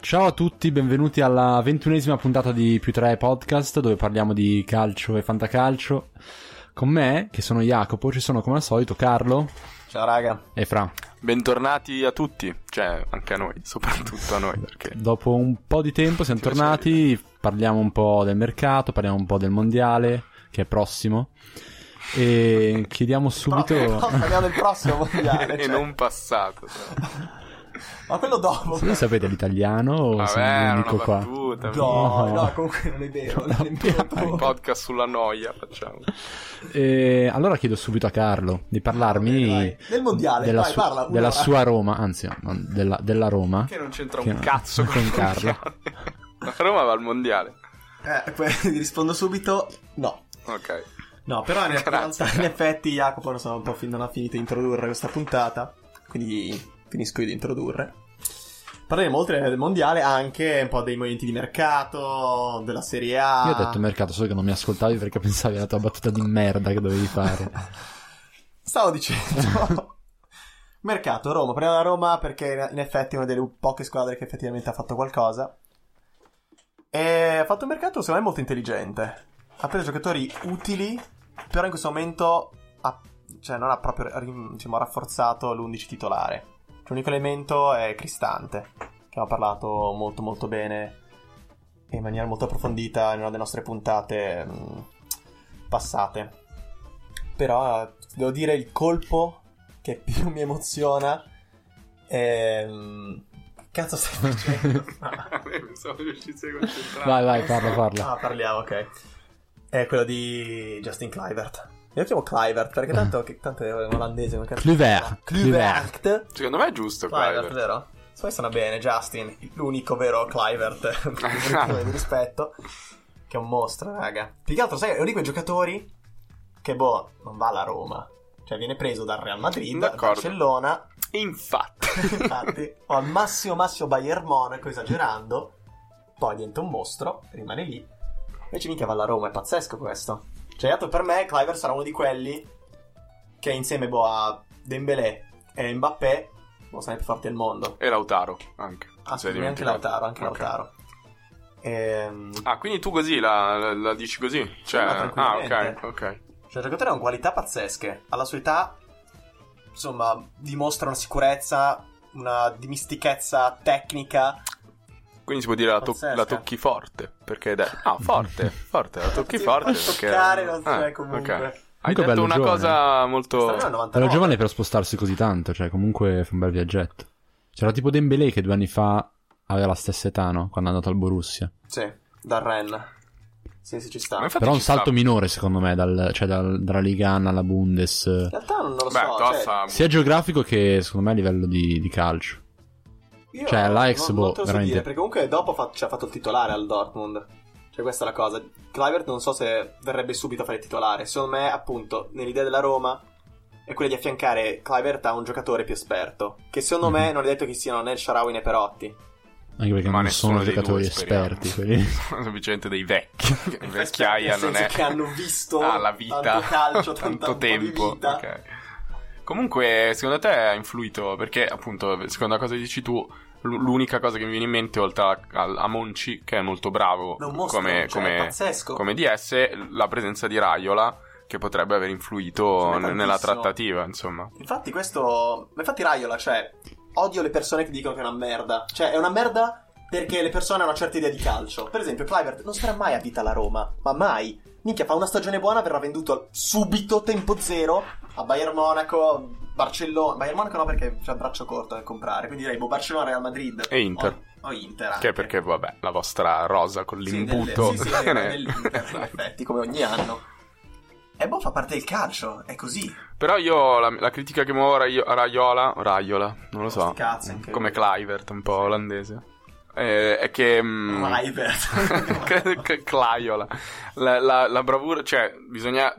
Ciao a tutti, benvenuti alla 21esima puntata di Più 3 Podcast, dove parliamo di calcio e fantacalcio. Con me, che sono Jacopo, ci sono come al solito Carlo. Ciao raga. E Fra. Bentornati a tutti, cioè anche a noi, soprattutto a noi, perché dopo un po' di tempo siamo tornati, parliamo un po' del mercato, parliamo un po' del mondiale, che è prossimo. E chiediamo subito... No, parliamo del prossimo mondiale. E non passato. Ma quello dopo. Voi sapete l'italiano o Vabbè, sono l'unico qua? Battuta, No, comunque non è vero. Un podcast sulla noia facciamo. Allora chiedo subito a Carlo di parlarmi del mondiale, della, vai, parla, della sua Roma, anzi no, della Roma. Che non c'entra un cazzo con Carlo. La Roma va al mondiale. Ti rispondo subito, no. Ok. No, però in effetti Jacopo non ha finito di introdurre questa puntata, quindi finisco io di introdurre. Parleremo oltre del mondiale anche un po' dei movimenti di mercato, della Serie A. Io ho detto mercato, solo che non mi ascoltavi perché pensavi alla tua battuta di merda che dovevi fare. Stavo dicendo mercato, Roma. Prendiamo la Roma perché in effetti è una delle poche squadre che effettivamente ha fatto qualcosa. E ha fatto un mercato secondo me molto intelligente. Ha preso giocatori utili, però in questo momento non ha proprio rafforzato l'11 titolare. L'unico elemento è Cristante, che abbiamo parlato molto molto bene e in maniera molto approfondita in una delle nostre puntate passate. Però devo dire il colpo che più mi emoziona è... Cazzo stai facendo? Non so riuscire a concentrare. Vai, parla. Parliamo, ok. È quello di Justin Kluivert. Io lo chiamo Kluivert perché tanto è olandese. Kluivert. Secondo me è giusto Kluivert, vero? Poi suona bene, Justin, l'unico vero Kluivert di rispetto, che è un mostro, raga. Più che altro, sai, è uno di quei giocatori che, non va alla Roma. Cioè, viene preso dal Real Madrid, dal Barcellona. Infatti. O al massimo Bayern Monaco, esagerando. Poi diventa un mostro, rimane lì. Invece mica va alla Roma, è pazzesco questo. Cioè, per me, Kluivert sarà uno di quelli che insieme a Dembélé e Mbappé sono i più forti al mondo. E Lautaro anche. Anche Lautaro. Quindi tu così la dici così? Cioè, ok. Cioè, il giocatore ha una qualità pazzesche. Alla sua età, insomma, dimostra una sicurezza, una dimistichezza tecnica. Quindi si può dire la tocchi forte, perché forte, la tocchi forte perché toccare non c'è comunque. Okay. Hai detto una cosa molto bello giovane per spostarsi così tanto, cioè comunque fa un bel viaggetto. C'era tipo Dembélé che 2 anni fa aveva la stessa età, no? Quando è andato al Borussia. Sì, dal Rennes. Sì, ci sta. Però un salto minore secondo me dalla Liga 1 alla Bundes. In realtà non lo so, sia geografico che secondo me a livello di calcio. Cioè l'Ajax non te lo so veramente dire, perché comunque dopo ci ha fatto il titolare al Dortmund. Cioè questa è la cosa. Kluivert non so se verrebbe subito a fare il titolare. Secondo me, appunto, nell'idea della Roma è quella di affiancare Kluivert a un giocatore più esperto, che secondo me non è detto che siano né il Shaarawy né Perotti. Anche perché non sono giocatori esperti quelli. Sono semplicemente dei vecchi. Vecchiaia non è che hanno visto la vita, tanto calcio, tanto tempo. Vita. Okay. Comunque, secondo te ha influito? Perché, appunto, seconda cosa che dici tu, l'unica cosa che mi viene in mente, oltre a Monchi, che è molto bravo come DS, la presenza di Raiola, che potrebbe aver influito nella trattativa, insomma. Infatti Raiola, cioè, odio le persone che dicono che è una merda. Cioè, è una merda perché le persone hanno una certa idea di calcio. Per esempio, Kluivert non sarà mai a vita alla Roma, ma mai. Minchia, fa una stagione buona, verrà venduto subito, tempo zero, a Bayern Monaco, Barcellona. Bayern Monaco no, perché c'è il braccio corto da comprare. Quindi direi Barcellona, Real Madrid e Inter. O Inter anche. Che è perché, vabbè, la vostra rosa con l'imbuto. Dell'Inter, in effetti, come ogni anno. E fa parte del calcio, è così. Però io la critica che muovo a Raiola, non lo so, come Kluivert, un po' olandese, è che credo che Klaiola la bravura, cioè bisogna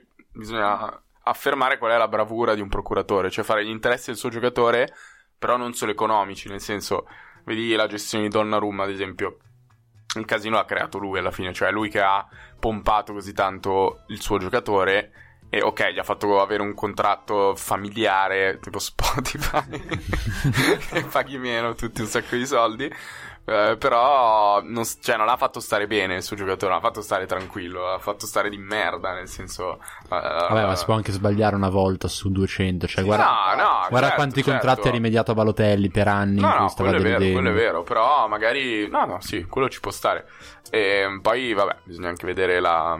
affermare qual è la bravura di un procuratore, cioè fare gli interessi del suo giocatore, però non solo economici, nel senso, vedi la gestione di Donnarumma ad esempio, il casino l'ha creato lui alla fine, cioè lui che ha pompato così tanto il suo giocatore e ok, gli ha fatto avere un contratto familiare tipo Spotify che paghi meno, tutti un sacco di soldi, Però non l'ha fatto stare bene il suo giocatore, l'ha fatto stare tranquillo, l'ha fatto stare di merda, nel senso vabbè, ma si può anche sbagliare una volta su 200, cioè guarda certo, quanti contratti ha rimediato a Balotelli per anni in cui stava deludendo. Quello è vero, però magari sì, quello ci può stare. E poi vabbè, bisogna anche vedere la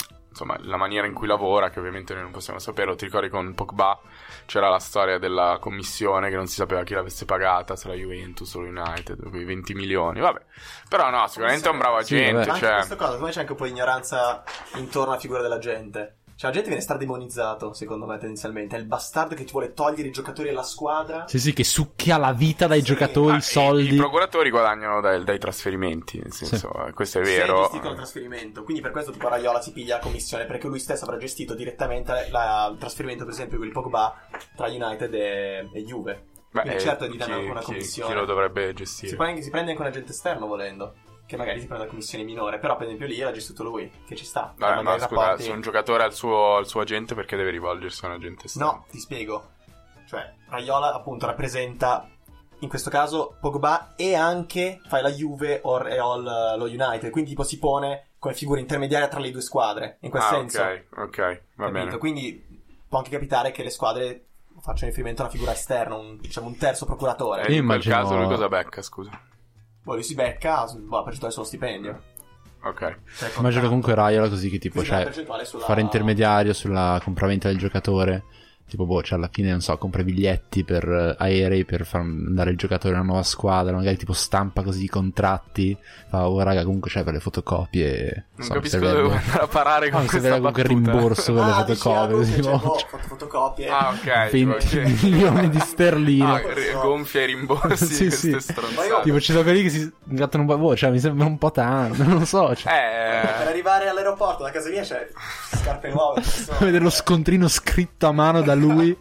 maniera in cui lavora, che ovviamente noi non possiamo sapere. Ti ricordi con Pogba c'era la storia della commissione che non si sapeva chi l'avesse pagata, se la Juventus o l'United, quei 20 milioni, vabbè. Però no, sicuramente è un bravo agente. Anche questa cosa, come c'è anche un po' di ignoranza intorno alla figura dell'agente. Cioè, la gente viene strademonizzato, secondo me, tendenzialmente. È il bastardo che ti vuole togliere i giocatori alla squadra. Sì, che succhia la vita dai giocatori, soldi. I procuratori guadagnano dai trasferimenti, nel senso, questo è vero. Si gestiscono il trasferimento, quindi per questo tipo Raiola si piglia la commissione, perché lui stesso avrà gestito direttamente il trasferimento, per esempio, con il Pogba tra United e Juve. Quindi certo gli danno anche una commissione. Chi lo dovrebbe gestire? Si prende anche un agente esterno, volendo. Che magari si prende una commissione minore, però per esempio lì l'ha gestito lui, che ci sta. Vabbè, ma scusa, se un giocatore ha il suo agente, perché deve rivolgersi a un agente esterno? No, ti spiego. Cioè, Raiola appunto rappresenta, in questo caso, Pogba e anche fai la Juve o lo United, quindi tipo si pone come figura intermediaria tra le due squadre, in quel senso. Ok, va bene. Quindi può anche capitare che le squadre facciano riferimento a una figura esterna, un terzo procuratore. E in quel caso lui cosa becca, scusa? Lui si becca per il suo stipendio. Ok. Immagino comunque Raiola così, che tipo, fare intermediario sulla compravendita del giocatore. Tipo, alla fine, non so, compra biglietti per aerei per far andare il giocatore a una nuova squadra. Magari tipo stampa così i contratti. Fa, raga, comunque c'è per le fotocopie. Non capisco dove vuoi andare a parare con questa battuta. Comunque il rimborso per le fotocopie. Fotocopie. Ok. 20 milioni di sterline. Gonfia i rimborsi. Sì. Tipo, ci sono quelli che si gattono un po'. Mi sembra un po' tanto. Non lo so. Per arrivare all'aeroporto, da casa mia c'è scarpe nuove. Vedere lo scontrino scritto a mano da lui.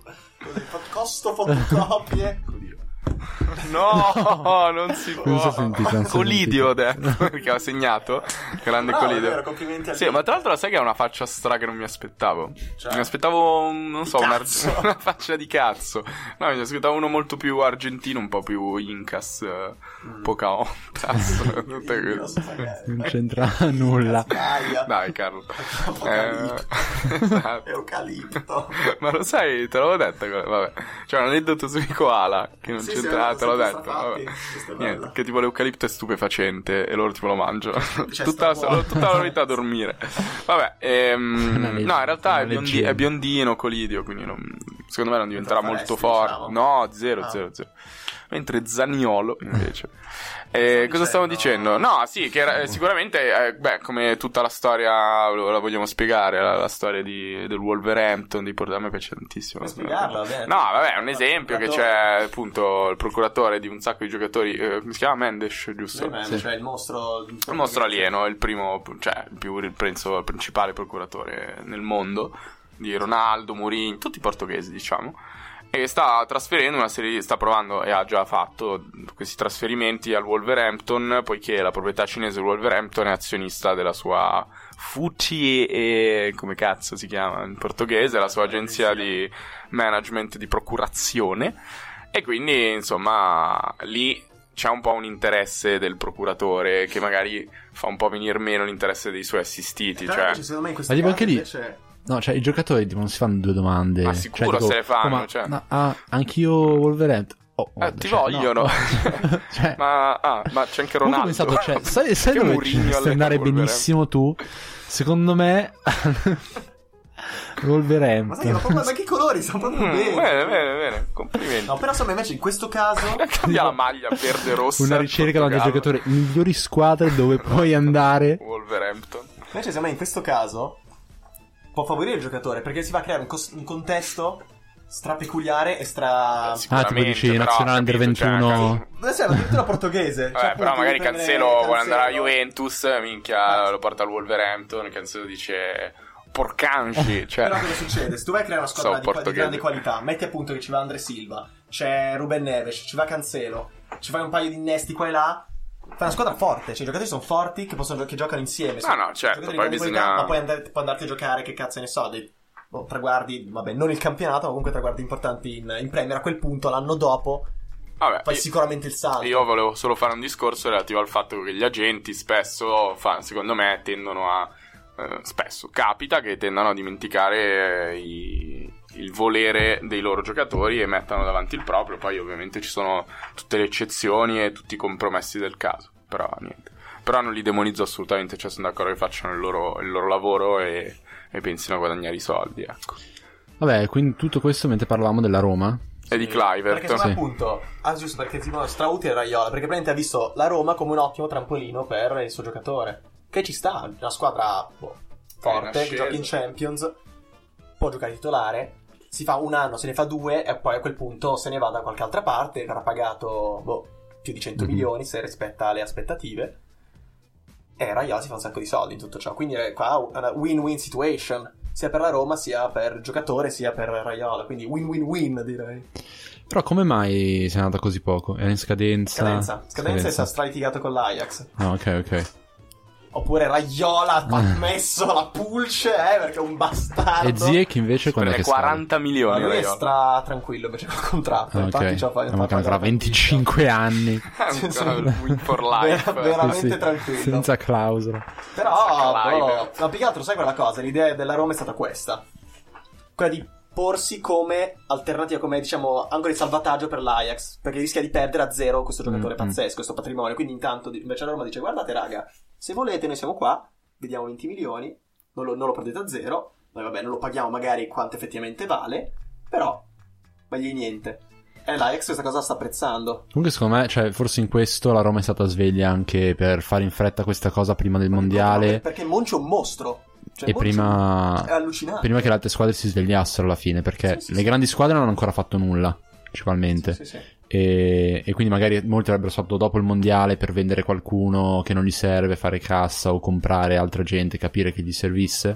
Costo fotocopie. No, non si può. Non si è sentito. Colidio ho detto, perché ha segnato. Grande Colidio. Vero, complimenti a lui. Sì, ma tra l'altro sai che ha una faccia che non mi aspettavo. Mi aspettavo, non so, una faccia di cazzo. No, mi aspettavo uno molto più argentino, un po' più Incas, Pocahontas. Non c'entra nulla. Dai, Carlo. Eucalipto. Ma lo sai, te l'avevo detto. Vabbè. C'è un aneddoto sui koala che non c'entra, te l'ho detto. Niente, che tipo l'eucalipto è stupefacente e loro tipo lo mangiano. Tutta la vita a dormire. Vabbè, no, in realtà è biondino, Colidio, quindi secondo me non diventerà molto forte. Diciamo. No, zero. Mentre Zaniolo invece. Cosa stavo dicendo? No, sì, che sicuramente, come tutta la storia la vogliamo spiegare, la storia del Wolverhampton, a me piace tantissimo. Spiegarla, bene. No, vabbè, è un esempio che c'è appunto il procuratore di un sacco di giocatori, come si chiama? Mendes, giusto? Sì. Cioè il mostro alieno, il primo, cioè il principale procuratore nel mondo, di Ronaldo, Mourinho, tutti i portoghesi, diciamo. E sta trasferendo sta provando e ha già fatto questi trasferimenti al Wolverhampton, poiché la proprietà cinese del Wolverhampton è azionista della sua FTSE, come cazzo si chiama in portoghese, la sua agenzia di management di procurazione, e quindi insomma lì c'è un po' un interesse del procuratore che magari fa un po' venir meno l'interesse dei suoi assistiti, cioè secondo me in ma tipo anche lì no, cioè i giocatori non si fanno due domande. Ma sicuro, se le fanno, anch'io Wolverhampton. Ti vogliono. No. Cioè, ma c'è anche Ronaldo. Ho pensato, sai dove stai andare benissimo tu? Secondo me Wolverhampton. Ma che colori, sono proprio bene. Bene, complimenti. No, però insomma invece in questo caso cambia la maglia verde-rossa. Una ricerca da giocatore, migliori squadre dove puoi andare. Wolverhampton. Invece secondo me in questo caso può favorire il giocatore, perché si va a creare un contesto strapeculiare e tipo dici nazionale under 21. Sì, addirittura portoghese. Però magari Cancelo vuole andare alla Juventus, minchia, lo porta al Wolverhampton, Cancelo dice porcanci, cioè. Però cosa succede? Se tu vai a creare una squadra di grande qualità, metti appunto che ci va Andre Silva, c'è Ruben Neves, ci va Cancelo, ci fai un paio di innesti qua e là, fai una squadra forte, cioè i giocatori sono forti che giocano insieme. No, certo, poi bisogna... Ma puoi andarti a giocare, che cazzo ne so, dei traguardi, vabbè, non il campionato, ma comunque traguardi importanti in Premier. A quel punto, l'anno dopo, Vabbè, fai sicuramente il salto. Io volevo solo fare un discorso relativo al fatto che gli agenti spesso, secondo me, tendono a... spesso capita che tendano a dimenticare il volere dei loro giocatori e mettano davanti il proprio. Poi ovviamente ci sono tutte le eccezioni e tutti i compromessi del caso, però niente. Però non li demonizzo assolutamente, cioè sono d'accordo che facciano il loro lavoro e pensino a guadagnare i soldi, ecco. Vabbè, quindi tutto questo mentre parlavamo della Roma e di Kluivert. Perché appunto, giusto perché tipo strautile Raiola, perché praticamente ha visto la Roma come un ottimo trampolino per il suo giocatore, che ci sta, una squadra forte, che gioca in Champions, può giocare titolare, si fa un anno, se ne fa 2 e poi a quel punto se ne va da qualche altra parte, che avrà pagato più di 100 milioni se rispetta le aspettative, e Raiola si fa un sacco di soldi in tutto ciò, quindi è qua una win-win situation, sia per la Roma, sia per il giocatore, sia per Raiola, quindi win-win-win direi. Però come mai si è andata così poco? È in scadenza e si è stralitigato con l'Ajax. Ah, ok. Oppure Raiola ha messo la pulce, perché è un bastardo. E Ziyech invece quando è che 40 milioni. Ma lui è tranquillo invece col contratto. Infatti mancano tra 25 anni. Win for life. Veramente tranquillo. Senza clausola. Però, più che altro sai quella cosa, l'idea della Roma è stata questa. Quella di porsi come alternativa, come diciamo angolo di salvataggio per l'Ajax, perché rischia di perdere a zero questo giocatore pazzesco, questo patrimonio. Quindi intanto invece la Roma dice: guardate raga, se volete noi siamo qua, vediamo 20 milioni, non lo prendete a zero, noi vabbè non lo paghiamo magari quanto effettivamente vale, però meglio niente. E l'Ajax questa cosa sta apprezzando. Comunque secondo me, cioè, forse in questo la Roma è stata sveglia anche per fare in fretta questa cosa prima del mondiale. Perché Monchi è un mostro. Cioè, e prima è allucinante. Prima che le altre squadre si svegliassero alla fine, perché le grandi squadre non hanno ancora fatto nulla, principalmente. E quindi magari molti avrebbero fatto dopo il mondiale per vendere qualcuno che non gli serve, fare cassa o comprare altra gente, capire che gli servisse.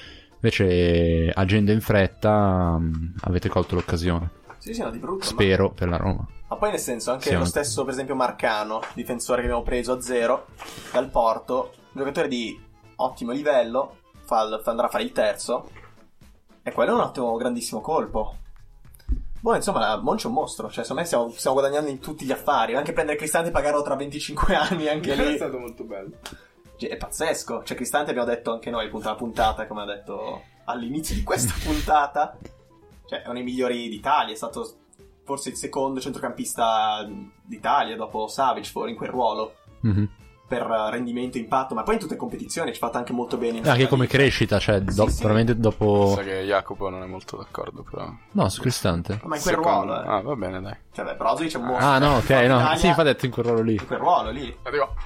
Invece agendo in fretta avete colto l'occasione. No, di brutto. Spero per la Roma. Ma poi nel senso anche lo stesso per esempio Marcano, difensore che abbiamo preso a zero dal Porto, un giocatore di ottimo livello, andrà a fare il terzo, e quello è un ottimo grandissimo colpo. Insomma, Monchi è un mostro, cioè secondo me stiamo guadagnando in tutti gli affari, anche prendere Cristante e pagarlo tra 25 anni anche lì è stato molto bello, è pazzesco. Cioè Cristante abbiamo detto anche noi appunto la puntata, come ha detto all'inizio di questa puntata, cioè è uno dei migliori d'Italia, è stato forse il secondo centrocampista d'Italia dopo Savic fuori in quel ruolo. Per rendimento, impatto, ma poi in tutte le competizioni ci ha fatto anche molto bene anche come crescita, cioè veramente dopo. So che Jacopo non è molto d'accordo, però no, su Cristante, ma in quel ruolo va bene, dai. Cioè beh, Brozovic è un mostro. No, ok, no, Italia, sì, infatti detto in quel ruolo lì. Arrivo.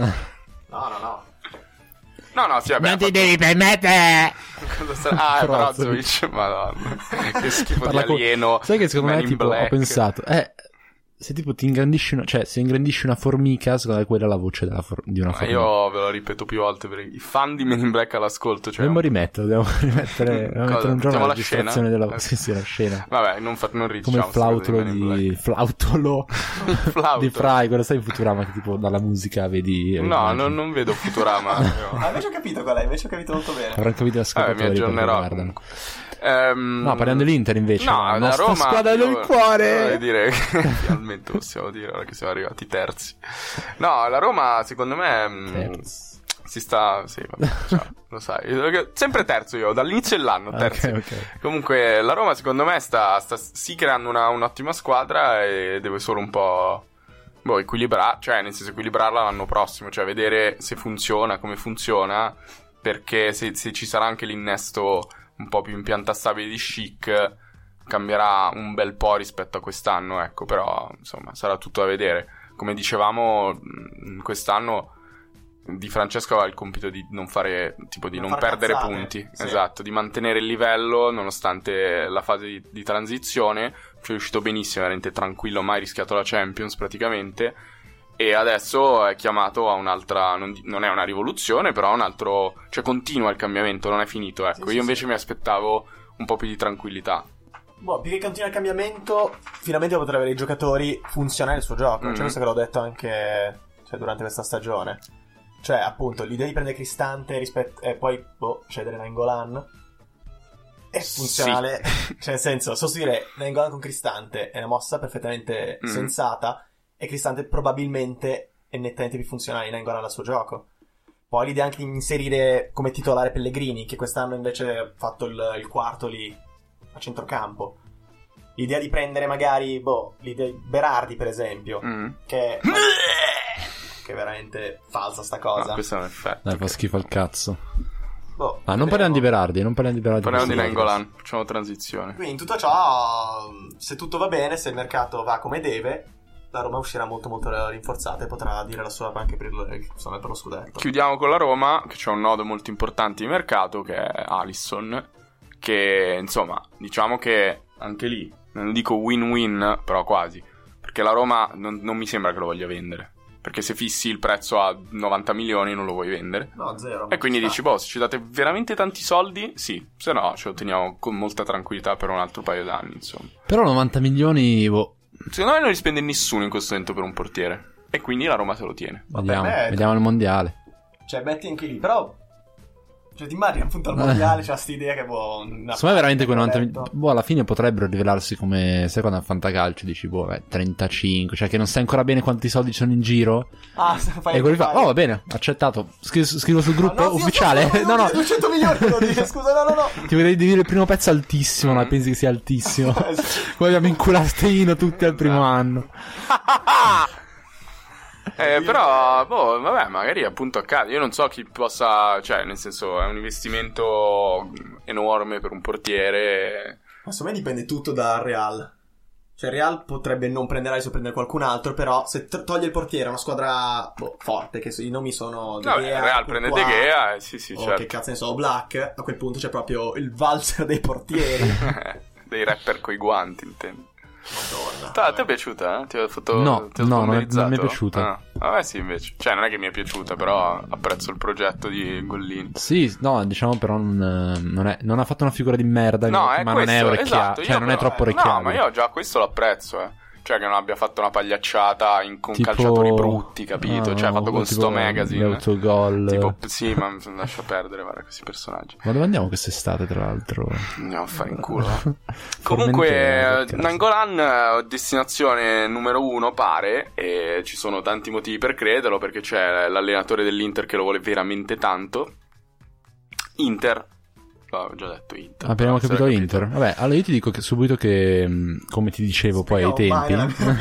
No, sì, vabbè. Non ti devi permettere. È Brozovic, madonna. Che schifo di alieno. Sai che secondo me tipo ho pensato se tipo ti ingrandisci se ingrandisci una formica, secondo me quella è la voce di una formica. Io ve lo ripeto più volte per i fan di Men in Black all'ascolto, cioè dobbiamo rimettere un giorno la registrazione della sì, la scena. Vabbè, non riciamo come il flautolo di Fry, quello sai in Futurama che tipo dalla musica vedi. No, non vedo Futurama. Invece ho capito qual è, invece ho capito molto bene. Avranno capito ascoltatori. Mi aggiornerò. No, parliamo dell'Inter invece. No, la Roma, squadra del cuore. Vorrei dire che finalmente possiamo dire ora che siamo arrivati terzi. No, la Roma secondo me si sta. Sì, vabbè, ciao, lo sai. Sempre terzo io, dall'inizio dell'anno. Terzo. Okay. Comunque la Roma secondo me sta creando un'ottima squadra e deve solo un po'. Equilibrare, cioè nel senso equilibrarla l'anno prossimo, cioè vedere se funziona, come funziona, perché se ci sarà anche l'innesto un po' più impiantastabile di Schick cambierà un bel po' rispetto a quest'anno, ecco, però insomma sarà tutto da vedere. Come dicevamo, quest'anno Di Francesco aveva il compito di non fare non perdere punti, sì. Esatto, di mantenere il livello nonostante la fase di transizione. Ci è riuscito benissimo, veramente tranquillo, mai rischiato la Champions praticamente. E adesso è chiamato a un'altra, non è una rivoluzione, però un altro, cioè continua il cambiamento, non è finito, ecco. Io invece mi aspettavo un po' più di tranquillità. Più che continua il cambiamento, finalmente potrà avere i giocatori funzionare il suo gioco. Cioè questo che l'ho detto anche durante questa stagione. Cioè appunto l'idea di prendere Cristante e poi cedere Nainggolan è funzionale, sì. Cioè nel senso, sostituire Nainggolan con Cristante è una mossa perfettamente sensata, e Cristante probabilmente è nettamente più funzionale di Nainggolan al suo gioco. Poi l'idea anche di inserire come titolare Pellegrini, che quest'anno invece ha fatto il quarto lì a centrocampo. L'idea di prendere magari l'idea di Berardi per esempio, che è veramente falsa sta cosa. No, questo è un effetto. Dai, fa schifo al cazzo. Non parliamo di Berardi, parliamo di Nainggolan, facciamo transizione. Quindi in tutto ciò, se tutto va bene, se il mercato va come deve, la Roma uscirà molto molto rinforzata e potrà dire la sua anche per lo scudetto. Chiudiamo con la Roma, che c'è un nodo molto importante di mercato, che è Alisson, che insomma, diciamo che anche lì, non dico win-win, però quasi, perché la Roma non mi sembra che lo voglia vendere. Perché se fissi il prezzo a 90 milioni non lo vuoi vendere. No, zero. E quindi dici, se ci date veramente tanti soldi, sì. Se no, ce lo teniamo con molta tranquillità per un altro paio d'anni, insomma. Però 90 milioni, secondo me non li spende nessuno in questo momento per un portiere. E quindi la Roma se lo tiene. Vediamo il mondiale. Cioè, metti anche lì, però... Cioè, ti immagini appunto al mondiale c'ha sta idea che secondo me veramente quei 90 milioni alla fine potrebbero rivelarsi come, sai, quando al fantacalcio dici 35, cioè che non sai ancora bene quanti soldi sono in giro, e quelli fa va bene, accettato, scrivo sul gruppo ufficiale. No 200 milioni lo dico, scusa, no ti vorrei dire il primo pezzo altissimo, ma pensi che sia altissimo. Poi abbiamo inculato Steino tutti al primo anno. Però vabbè, magari appunto accade. Io non so chi possa, cioè nel senso è un investimento enorme per un portiere. Ma secondo me dipende tutto dal Real. Cioè il Real potrebbe non prendere Alisson, prendere qualcun altro, però se toglie il portiere, una squadra forte, che i nomi sono De Gea, il Real prende De Gea, sì certo. Che cazzo ne so, Black, a quel punto c'è proprio il valzer dei portieri. Dei rapper coi guanti, intendo. Madonna. A te è piaciuta? Ti ho fatto no, non mi è piaciuta. Vabbè sì, invece. Cioè non è che mi è piaciuta, però apprezzo il progetto di Gollini. Sì, no, diciamo però non ha fatto una figura di merda, no, ma questo, non è orecchiabile, esatto, cioè non è troppo orecchiabile. No, ma io già questo l'apprezzo, Cioè che non abbia fatto una pagliacciata con calciatori brutti, capito? Cioè fatto con sto magazine l'autogol. Tipo, sì, ma lascia perdere, guarda, questi personaggi. Ma dove andiamo quest'estate, tra l'altro? Andiamo a fare in culo. Comunque Nainggolan destinazione numero 1 pare, e ci sono tanti motivi per crederlo, perché c'è l'allenatore dell'Inter che lo vuole veramente tanto. Inter, l'avevo già detto, Inter. Abbiamo capito Inter. Vabbè, allora io ti dico che subito che, come ti dicevo poi ai tempi,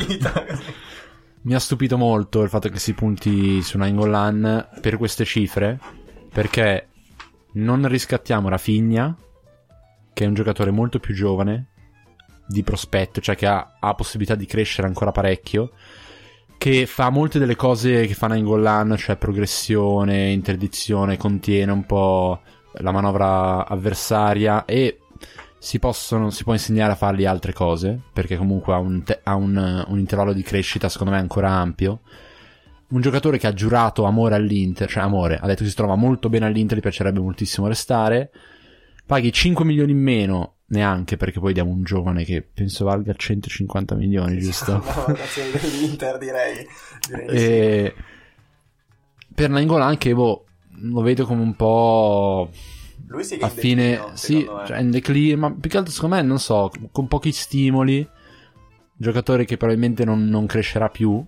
mi ha stupito molto il fatto che si punti su Nainggolan per queste cifre, perché non riscattiamo Rafinha, che è un giocatore molto più giovane di prospetto, cioè che ha possibilità di crescere ancora parecchio, che fa molte delle cose che fa Nainggolan, cioè progressione, interdizione, contiene un po' la manovra avversaria, e si può insegnare a fargli altre cose, perché comunque ha un intervallo di crescita secondo me ancora ampio. Un giocatore che ha giurato amore all'Inter, cioè amore, ha detto che si trova molto bene all'Inter, gli piacerebbe moltissimo restare. Paghi 5 milioni in meno, neanche, perché poi diamo un giovane che penso valga 150 milioni, giusto? La valutazione dell'Inter direi sì. Per Nainggolan che lo vedo come un po' lui sì che a fine sì, cioè in declino, ma più che altro secondo me, non so, con pochi stimoli, giocatore che probabilmente non crescerà più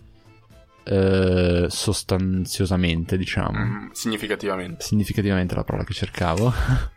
sostanziosamente, diciamo, significativamente la parola che cercavo.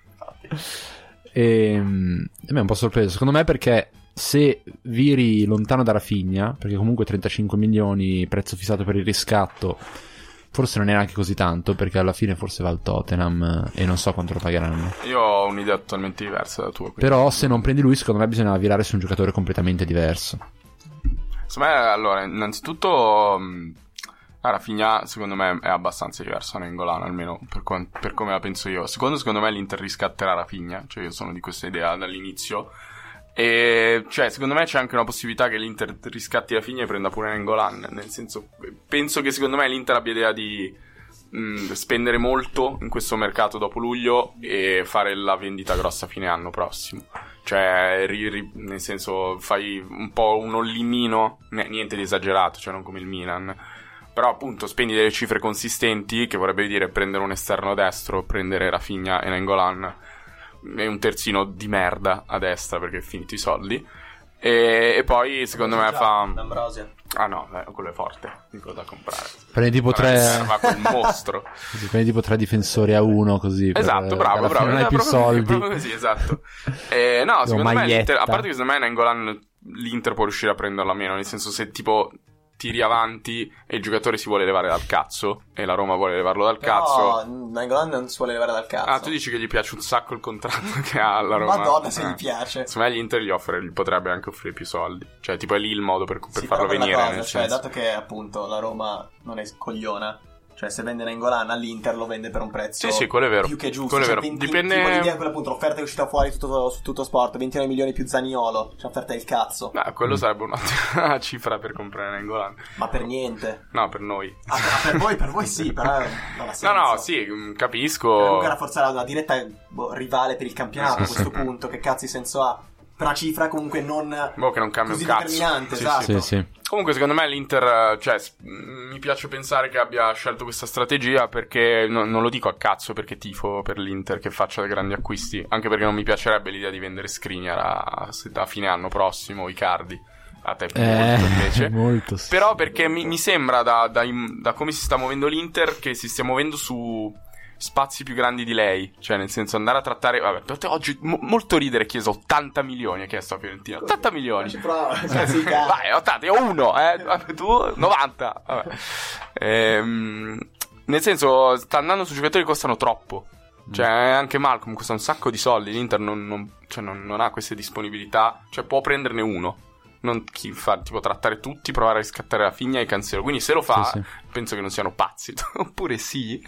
E mi è un po' sorpreso secondo me, perché se viri lontano da Rafinha, perché comunque 35 milioni prezzo fissato per il riscatto, forse non è neanche così tanto, perché alla fine forse va al Tottenham e non so quanto lo pagheranno. Io ho un'idea totalmente diversa da tua, però se non prendi lui, secondo me bisogna virare su un giocatore completamente diverso. Secondo me, allora, innanzitutto Rafinha secondo me è abbastanza diverso da Nainggolan, almeno per come la penso io. Secondo me l'Inter riscatterà Rafinha, cioè io sono di questa idea dall'inizio. E cioè secondo me c'è anche una possibilità che l'Inter riscatti Rafinha e prenda pure Nainggolan, nel senso, penso che secondo me l'Inter abbia idea di spendere molto in questo mercato dopo luglio e fare la vendita grossa a fine anno prossimo. Cioè nel senso, fai un po' un all-inino, niente di esagerato, cioè non come il Milan, però appunto spendi delle cifre consistenti, che vorrebbe dire prendere un esterno destro, prendere Rafinha e Nainggolan. e un terzino di merda a destra perché è finito i soldi. E poi secondo me fa D'Ambrosia. Ah no, quello è forte, dico da comprare. Prendi tipo 3 ma quel mostro. Prendi tipo 3 difensori a 1 così. Esatto, bravo. Non hai più soldi. Proprio così, esatto. No, secondo me a parte che secondo me Nainggolan l'Inter può riuscire a prenderla meno, nel senso se tipo tiri avanti e il giocatore si vuole levare dal cazzo e la Roma vuole levarlo dal cazzo. No, Nainggolan non si vuole levare dal cazzo. Ah, tu dici che gli piace un sacco il contratto che ha alla Roma. Madonna, se gli piace. Secondo me l'Inter gli potrebbe anche offrire più soldi. Cioè tipo è lì il modo per farlo venire, cosa, nel cioè, senso. dato che appunto la Roma non è cogliona, cioè se vende Nainggolan all'Inter lo vende per un prezzo sì, quello è vero. più che giusto. Quello è vero. Dipende. Tipo l'idea è quella, appunto, l'offerta che è uscita fuori su tutto sport, 29 milioni più Zaniolo, cioè offerta del cazzo. Quello sarebbe un'ottima cifra per comprare Nainggolan. Ma per niente. No, per noi. Per voi sì, però non ha senso. No, sì, capisco. Comunque rafforzare una diretta rivale per il campionato a questo punto, che cazzo di senso ha? Per una cifra comunque non che non cambia così un cazzo. Determinante, esatto. Sì. Comunque secondo me l'Inter, cioè, mi piace pensare che abbia scelto questa strategia perché non lo dico a cazzo perché tifo per l'Inter che faccia dei grandi acquisti, anche perché non mi piacerebbe l'idea di vendere Skriniar a fine anno prossimo, Icardi. A te molto invece. Molto. Però perché mi sembra da come si sta muovendo l'Inter che si stia muovendo su spazi più grandi di lei, cioè nel senso andare a trattare, vabbè, oggi molto ridere, ha chiesto 80 milioni, ha chiesto a Fiorentina 80 milioni, vai 80, io uno, tu 90, vabbè. Nel senso sta andando su giocatori che costano troppo, cioè anche Malcolm costa un sacco di soldi, l'Inter non ha queste disponibilità, cioè può prenderne uno, non chi fa tipo trattare tutti, provare a riscattare la Figna e Cancelo, quindi se lo fa sì. penso che non siano pazzi oppure sì.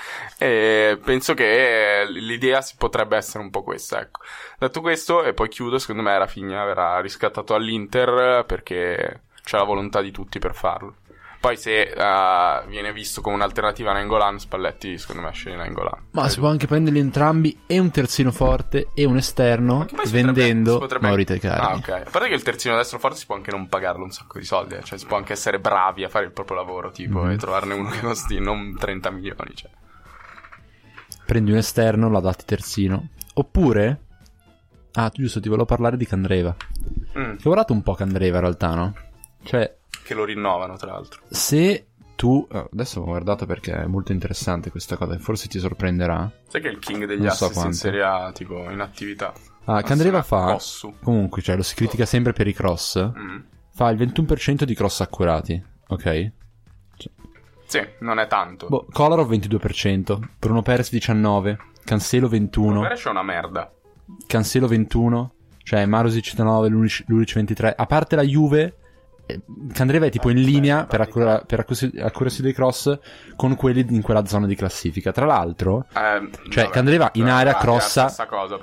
E penso che l'idea potrebbe essere un po' questa, ecco. Detto questo, e poi chiudo, secondo me Rafinha verrà riscattato all'Inter perché c'è la volontà di tutti per farlo. Poi se viene visto come un'alternativa a Nainggolan, Spalletti secondo me sceglie Nainggolan. Ma si può anche prenderli entrambi, e un terzino forte e un esterno, vendendo Maurito Icardi. Ah, ok. A parte che il terzino destro forte si può anche non pagarlo un sacco di soldi, cioè si può anche essere bravi a fare il proprio lavoro, tipo, e trovarne uno che costi non 30 milioni, cioè. Prendi un esterno, lo adatti terzino. Oppure giusto, ti volevo parlare di Candreva. Che ho guardato un po' Candreva in realtà, no? Cioè, che lo rinnovano tra l'altro. Se tu adesso ho guardato perché è molto interessante questa cosa, forse ti sorprenderà. Sai che è il king degli assist in Serie A, tipo in attività. Candreva fa comunque, cioè lo si critica sempre per i cross. Fa il 21% di cross accurati, ok? Sì, non è tanto. Kolarov 22%, Bruno Perez 19%, Cancelo 21%. Bruno Perez è una merda. Cancelo 21%, cioè Marusic 9%, Lulic 23%. A parte la Juve, Candreva è tipo in linea per accuracy dei cross con quelli in quella zona di classifica. Tra l'altro, cioè Candreva in area crossa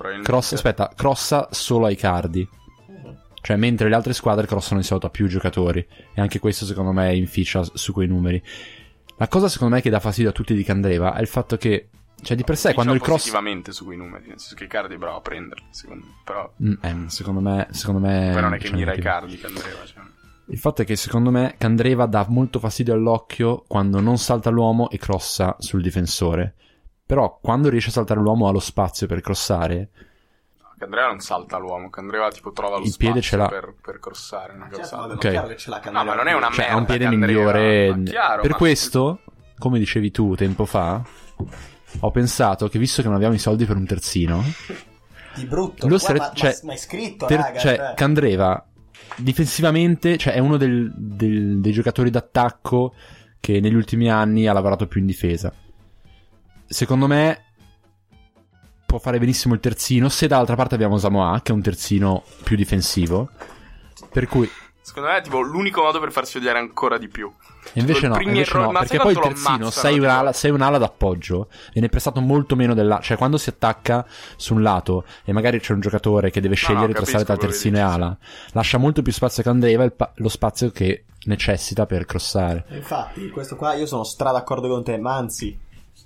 solo ai Icardi. Cioè mentre le altre squadre crossano di solito a più giocatori. E anche questo secondo me inficia su quei numeri. La cosa secondo me che dà fastidio a tutti di Candreva è il fatto che, cioè di per sé quando il cross positivamente su quei numeri, nel senso che Icardi è bravo a prenderli, secondo me, però secondo me poi non è che mira Icardi Candreva, cioè. Il fatto è che secondo me Candreva dà molto fastidio all'occhio quando non salta l'uomo e crossa sul difensore. Però quando riesce a saltare l'uomo ha lo spazio per crossare. Candreva non salta l'uomo, Candreva tipo trova lo il piede ce l'ha per crossare una cosa. Okay. Chiaro che ce l'ha Candreva. No, ma non è una merda, ha un piede Candreva, migliore. Chiaro, per questo, come dicevi tu tempo fa, ho pensato che visto che non abbiamo i soldi per un terzino, di brutto, ma è scritto, raga, cioè Candreva difensivamente, cioè è uno dei giocatori d'attacco che negli ultimi anni ha lavorato più in difesa. Secondo me può fare benissimo il terzino, se dall'altra parte abbiamo Samoa che è un terzino più difensivo, per cui secondo me è tipo l'unico modo per farsi odiare ancora di più. E invece no, perché poi il terzino sei un'ala d'appoggio, viene prestato molto meno cioè quando si attacca su un lato e magari c'è un giocatore che deve scegliere tra stare tra terzino e ala, lascia molto più spazio a Candreva, lo spazio che necessita per crossare. Infatti questo qua io sono d'accordo con te, ma anzi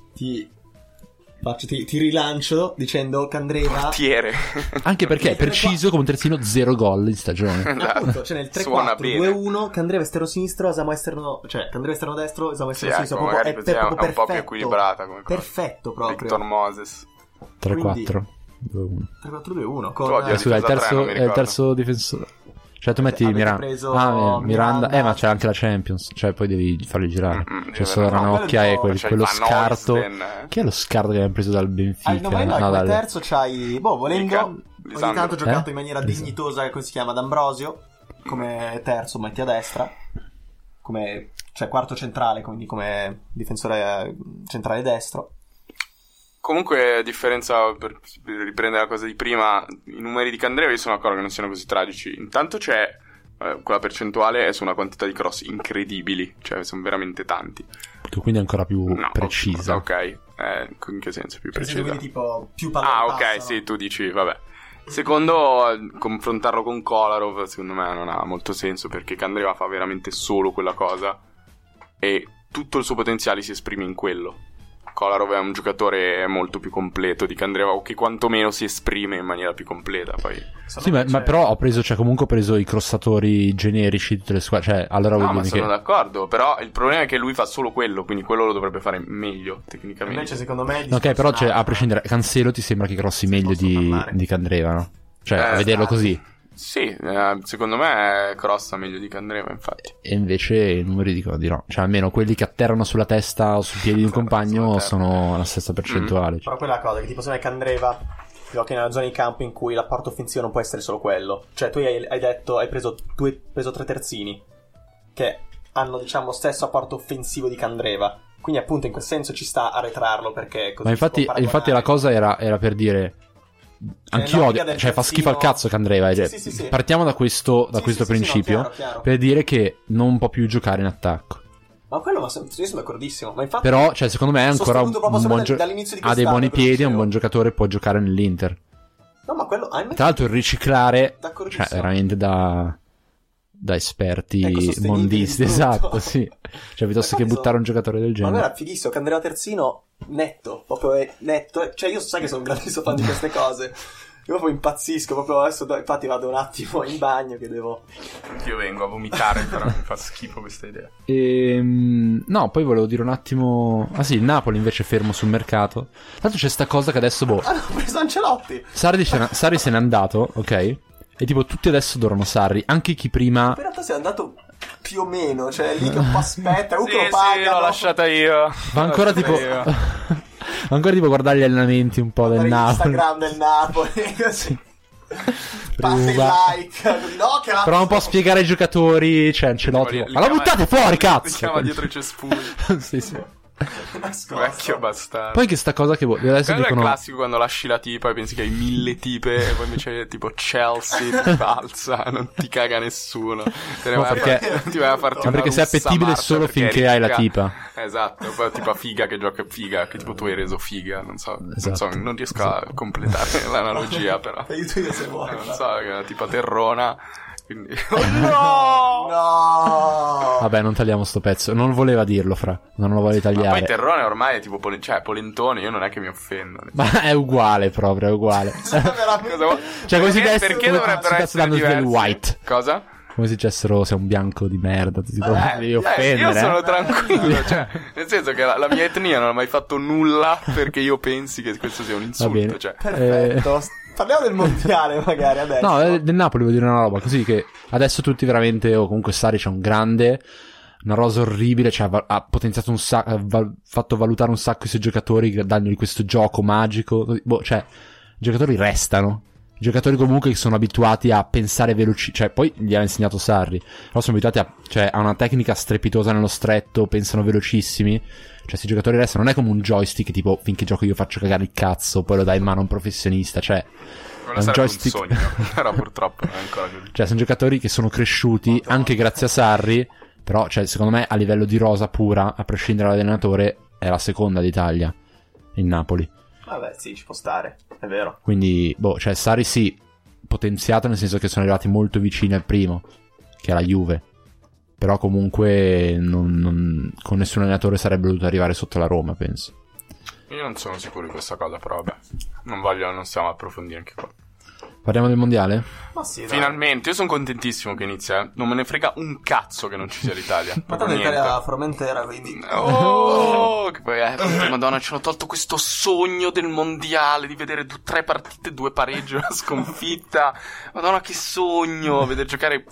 ti rilancio dicendo Candreva portiere, anche perché è preciso come un terzino 0 gol in stagione. Appunto, cioè nel 3-4-2-1 Candreva esterno sinistro, Samoa esterno, cioè Candreva esterno destro, Samoa esterno sinistro, ecco, proprio è proprio un po' più equilibrata come cosa. Perfetto proprio. Victor Moses 3-4 2-1. 3-4-2-1 con scusa, è il terzo difensore. Cioè tu metti Miranda, ma c'è anche la Champions, cioè poi devi farli girare. C'è solo Ranocchia e quello scarto. Chi è lo scarto che abbiamo preso dal Benfica? Come terzo c'hai, volendo, ogni tanto giocato in maniera dignitosa, come si chiama, D'Ambrosio, come terzo metti a destra, come quarto centrale, quindi come difensore centrale destro. Comunque, a differenza, per riprendere la cosa di prima, i numeri di Candreva io sono d'accordo che non siano così tragici. Intanto c'è quella percentuale è su una quantità di cross incredibili, cioè sono veramente tanti. Quindi è ancora più precisa. Ok, in che senso più precisa? Quindi tipo più pallone ok, sì, tu dici, vabbè. Secondo, confrontarlo con Kolarov secondo me non ha molto senso, perché Candreva fa veramente solo quella cosa e tutto il suo potenziale si esprime in quello. Kolarov è un giocatore molto più completo di Candreva, o che quantomeno si esprime in maniera più completa. Poi sì, ma però comunque ho preso i crossatori generici di tutte le squadre. Allora ma sono d'accordo, però il problema è che lui fa solo quello, quindi quello lo dovrebbe fare meglio tecnicamente. Invece secondo me ok, però a prescindere, Cancelo ti sembra che crossi meglio di Candreva, no? Cioè a vederlo così. Sì, secondo me crossa meglio di Candreva, infatti. E invece i numeri dicono di no. Cioè almeno quelli che atterrano sulla testa o sui piedi di un compagno sono la stessa percentuale. Però quella cosa che tipo se Candreva giochi nella zona di campo in cui l'apporto offensivo non può essere solo quello. Cioè tu hai preso 3 terzini che hanno diciamo stesso apporto offensivo di Candreva. Quindi appunto in quel senso ci sta a retrarlo, perché così. Ma infatti la cosa era per dire, anch'io odio, cioè fa schifo al cazzo Candreva, sì. Partiamo da questo principio, chiaro. Per dire che non può più giocare in attacco. Ma quello io sono d'accordissimo, ma infatti però cioè secondo me è ancora un buon ha dei buoni piedi, è un buon giocatore, può giocare nell'Inter. No, ma quello tra l'altro il riciclare, cioè veramente da esperti mondisti, esatto, sì. Cioè piuttosto che buttare un giocatore del genere. Ma allora fighissimo, Candreva terzino netto, proprio netto. Cioè io sai che sono un grandissimo fan di queste cose. Io proprio impazzisco, proprio adesso infatti vado un attimo in bagno che devo. Io vengo a vomitare, però mi fa schifo questa idea. No, poi volevo dire un attimo. Ah sì, il Napoli invece è fermo sul mercato. Tanto c'è sta cosa che adesso hanno preso Ancelotti. Sarri se n'è andato, ok? E tipo tutti adesso adorano Sarri, anche chi prima. In realtà si è andato più o meno, cioè lì che un po' aspetta, comunque lo paga. Sì, l'ho lasciata io. Ma ancora tipo ancora tipo guardare gli allenamenti un po' del Napoli. Instagram del Napoli, così. Parte il like. No, che però un po' spiegare ai giocatori, cioè Ancelotti. Ma la buttate fuori, cazzo! Si chiama dietro i cespugli. Sì. Vecchio bastardo. Poi che sta cosa che adesso dicono... è classico quando lasci la tipa e pensi che hai 1000 tipe e poi invece tipo Chelsea ti balza, non ti caga nessuno. Ti vai a farti ma perché sei appetibile solo finché hai la tipa. Esatto, poi tipo figa che gioca figa, che tipo tu hai reso figa, non so, non riesco a completare l'analogia però. Aiuto io se vuoi. Non so, che è una tipa terrona. Quindi... No! Vabbè, non tagliamo sto pezzo. Non voleva dirlo, non lo vuole tagliare. Ma poi Terrone ormai è tipo polentone. Io non è che mi offendo. Ma è uguale proprio, è uguale. Cioè perché dovrebbero essere diversi? Del white. Cosa? Come se dicessero sei un bianco di merda, ti devi offendere. Io sono tranquillo, cioè, nel senso che la mia etnia non ha mai fatto nulla perché io pensi che questo sia un insulto. Va bene. Cioè. Perfetto. Parliamo del mondiale magari adesso. No, del Napoli voglio dire una roba così, che adesso tutti veramente, o comunque Sarri c'è un grande, una rosa orribile, cioè ha potenziato un sacco, ha fatto valutare un sacco i suoi giocatori dandogli questo gioco magico, cioè i giocatori restano. I giocatori comunque che sono abituati a pensare veloci, cioè poi gli ha insegnato Sarri, però sono abituati a una tecnica strepitosa nello stretto, pensano velocissimi, cioè questi giocatori restano, non è come un joystick tipo finché gioco io faccio cagare il cazzo, poi lo dai in mano a un professionista, cioè è un joystick, un sogno, però purtroppo non è ancora così. Cioè sono giocatori che sono cresciuti anche grazie a Sarri, però cioè secondo me a livello di rosa pura, a prescindere dall'allenatore, è la seconda d'Italia il Napoli. Vabbè, sì, ci può stare, è vero. Quindi, cioè Sarri sì, potenziato nel senso che sono arrivati molto vicini al primo, che è la Juve. Però comunque con nessun allenatore sarebbe dovuto arrivare sotto la Roma, penso. Io non sono sicuro di questa cosa, però vabbè, non stiamo a approfondire anche qua. Parliamo del mondiale? Ma sì, finalmente, io sono contentissimo che inizia. Non me ne frega un cazzo che non ci sia l'Italia. Ma tanto l'Italia a Formentera, quindi. Che poi Madonna, ci hanno tolto questo sogno del mondiale di vedere 3 partite, 2 pareggi, una sconfitta. Madonna, che sogno vedere giocare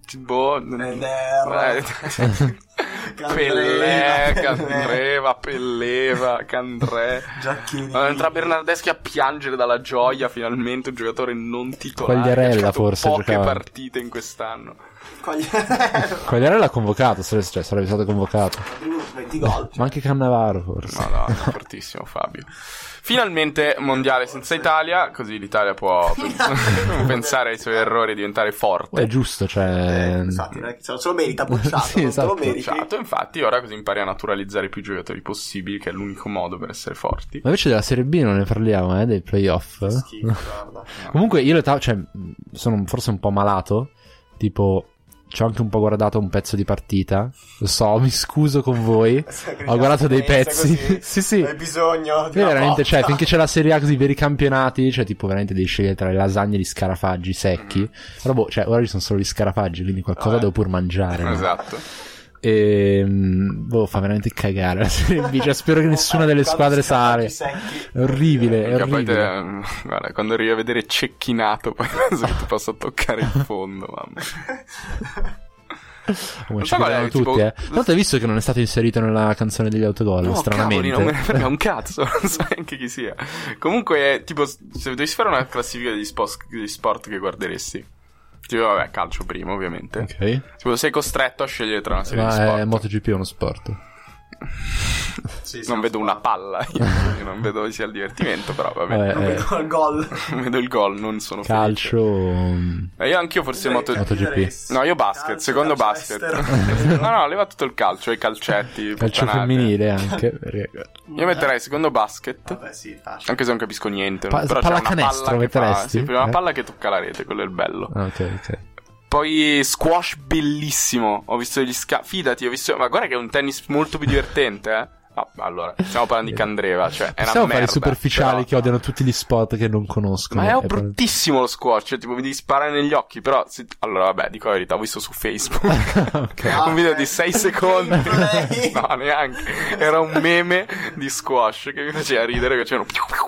Pelleva, Candré. Giacchini. Entra Bernardeschi a piangere dalla gioia, finalmente un giocatore non titolare. Quagliarella forse poche giocava. Partite in quest'anno. Quagliarella convocato, sarebbe stato convocato. 20 gol. Ma anche Cannavaro forse. Madonna, fortissimo Fabio. Finalmente mondiale senza Italia, così l'Italia può pensare ai suoi errori e diventare forte. È giusto, cioè. Infatti, se lo merita, bocciato. Sì, esatto. Non lo meriti. Bocciato, infatti, ora così impari a naturalizzare più giocatori possibili, che è l'unico modo per essere forti. Ma invece della Serie B non ne parliamo, dei playoff. Schifo, guarda. Comunque io sono forse un po' malato, tipo ci ho anche un po' guardato un pezzo di partita, lo so, mi scuso con voi, ho guardato dei pezzi. Sì. Hai bisogno di veramente, cioè, finché c'è la Serie A così, veri campionati, cioè tipo veramente devi scegliere tra le lasagne e gli scarafaggi secchi. Però cioè ora ci sono solo gli scarafaggi, quindi qualcosa devo pur mangiare, no? Esatto. E fa veramente cagare la Serie B, cioè spero che nessuna delle squadre sale. È orribile, è orribile. Guarda, quando arrivi a vedere Cecchinato poi penso che ti possa toccare il fondo, mamma. Ci credono tutti, Tanto hai visto che non è stato inserito nella canzone degli autogol, stranamente. Non me ne frega un cazzo, non so neanche chi sia. Comunque, tipo, se dovessi fare una classifica degli sport che guarderesti, tipo, vabbè, calcio primo, ovviamente. Ok. Tipo, sei costretto a scegliere tra una serie di sport. MotoGP è uno sport. Sì, non vedo una palla, io non vedo dove sia il divertimento, però vabbè. Non vedo il gol. Non vedo il gol, non sono calcio. Io anch'io forse MotoGP. No, io basket, calcio, secondo basket. No, leva tutto il calcio, i calcetti, calcio femminile anche. Io metterei secondo basket. Vabbè, sì, facile. Anche se non capisco niente. Però c'è una palla metteresti? Una palla che tocca la rete, quello è il bello. Ok. Poi squash bellissimo. Ho visto degli fidati, ho visto. Ma guarda che è un tennis molto più divertente, No, allora, stiamo parlando di Candreva, cioè è una merda. Fare superficiali però, che odiano tutti gli sport che non conoscono. Ma è bruttissimo lo squash, cioè tipo mi devi sparare negli occhi, però allora vabbè, dico la verità, ho visto su Facebook un video di 6 secondi. No, neanche. Era un meme di squash che mi faceva ridere, che c'erano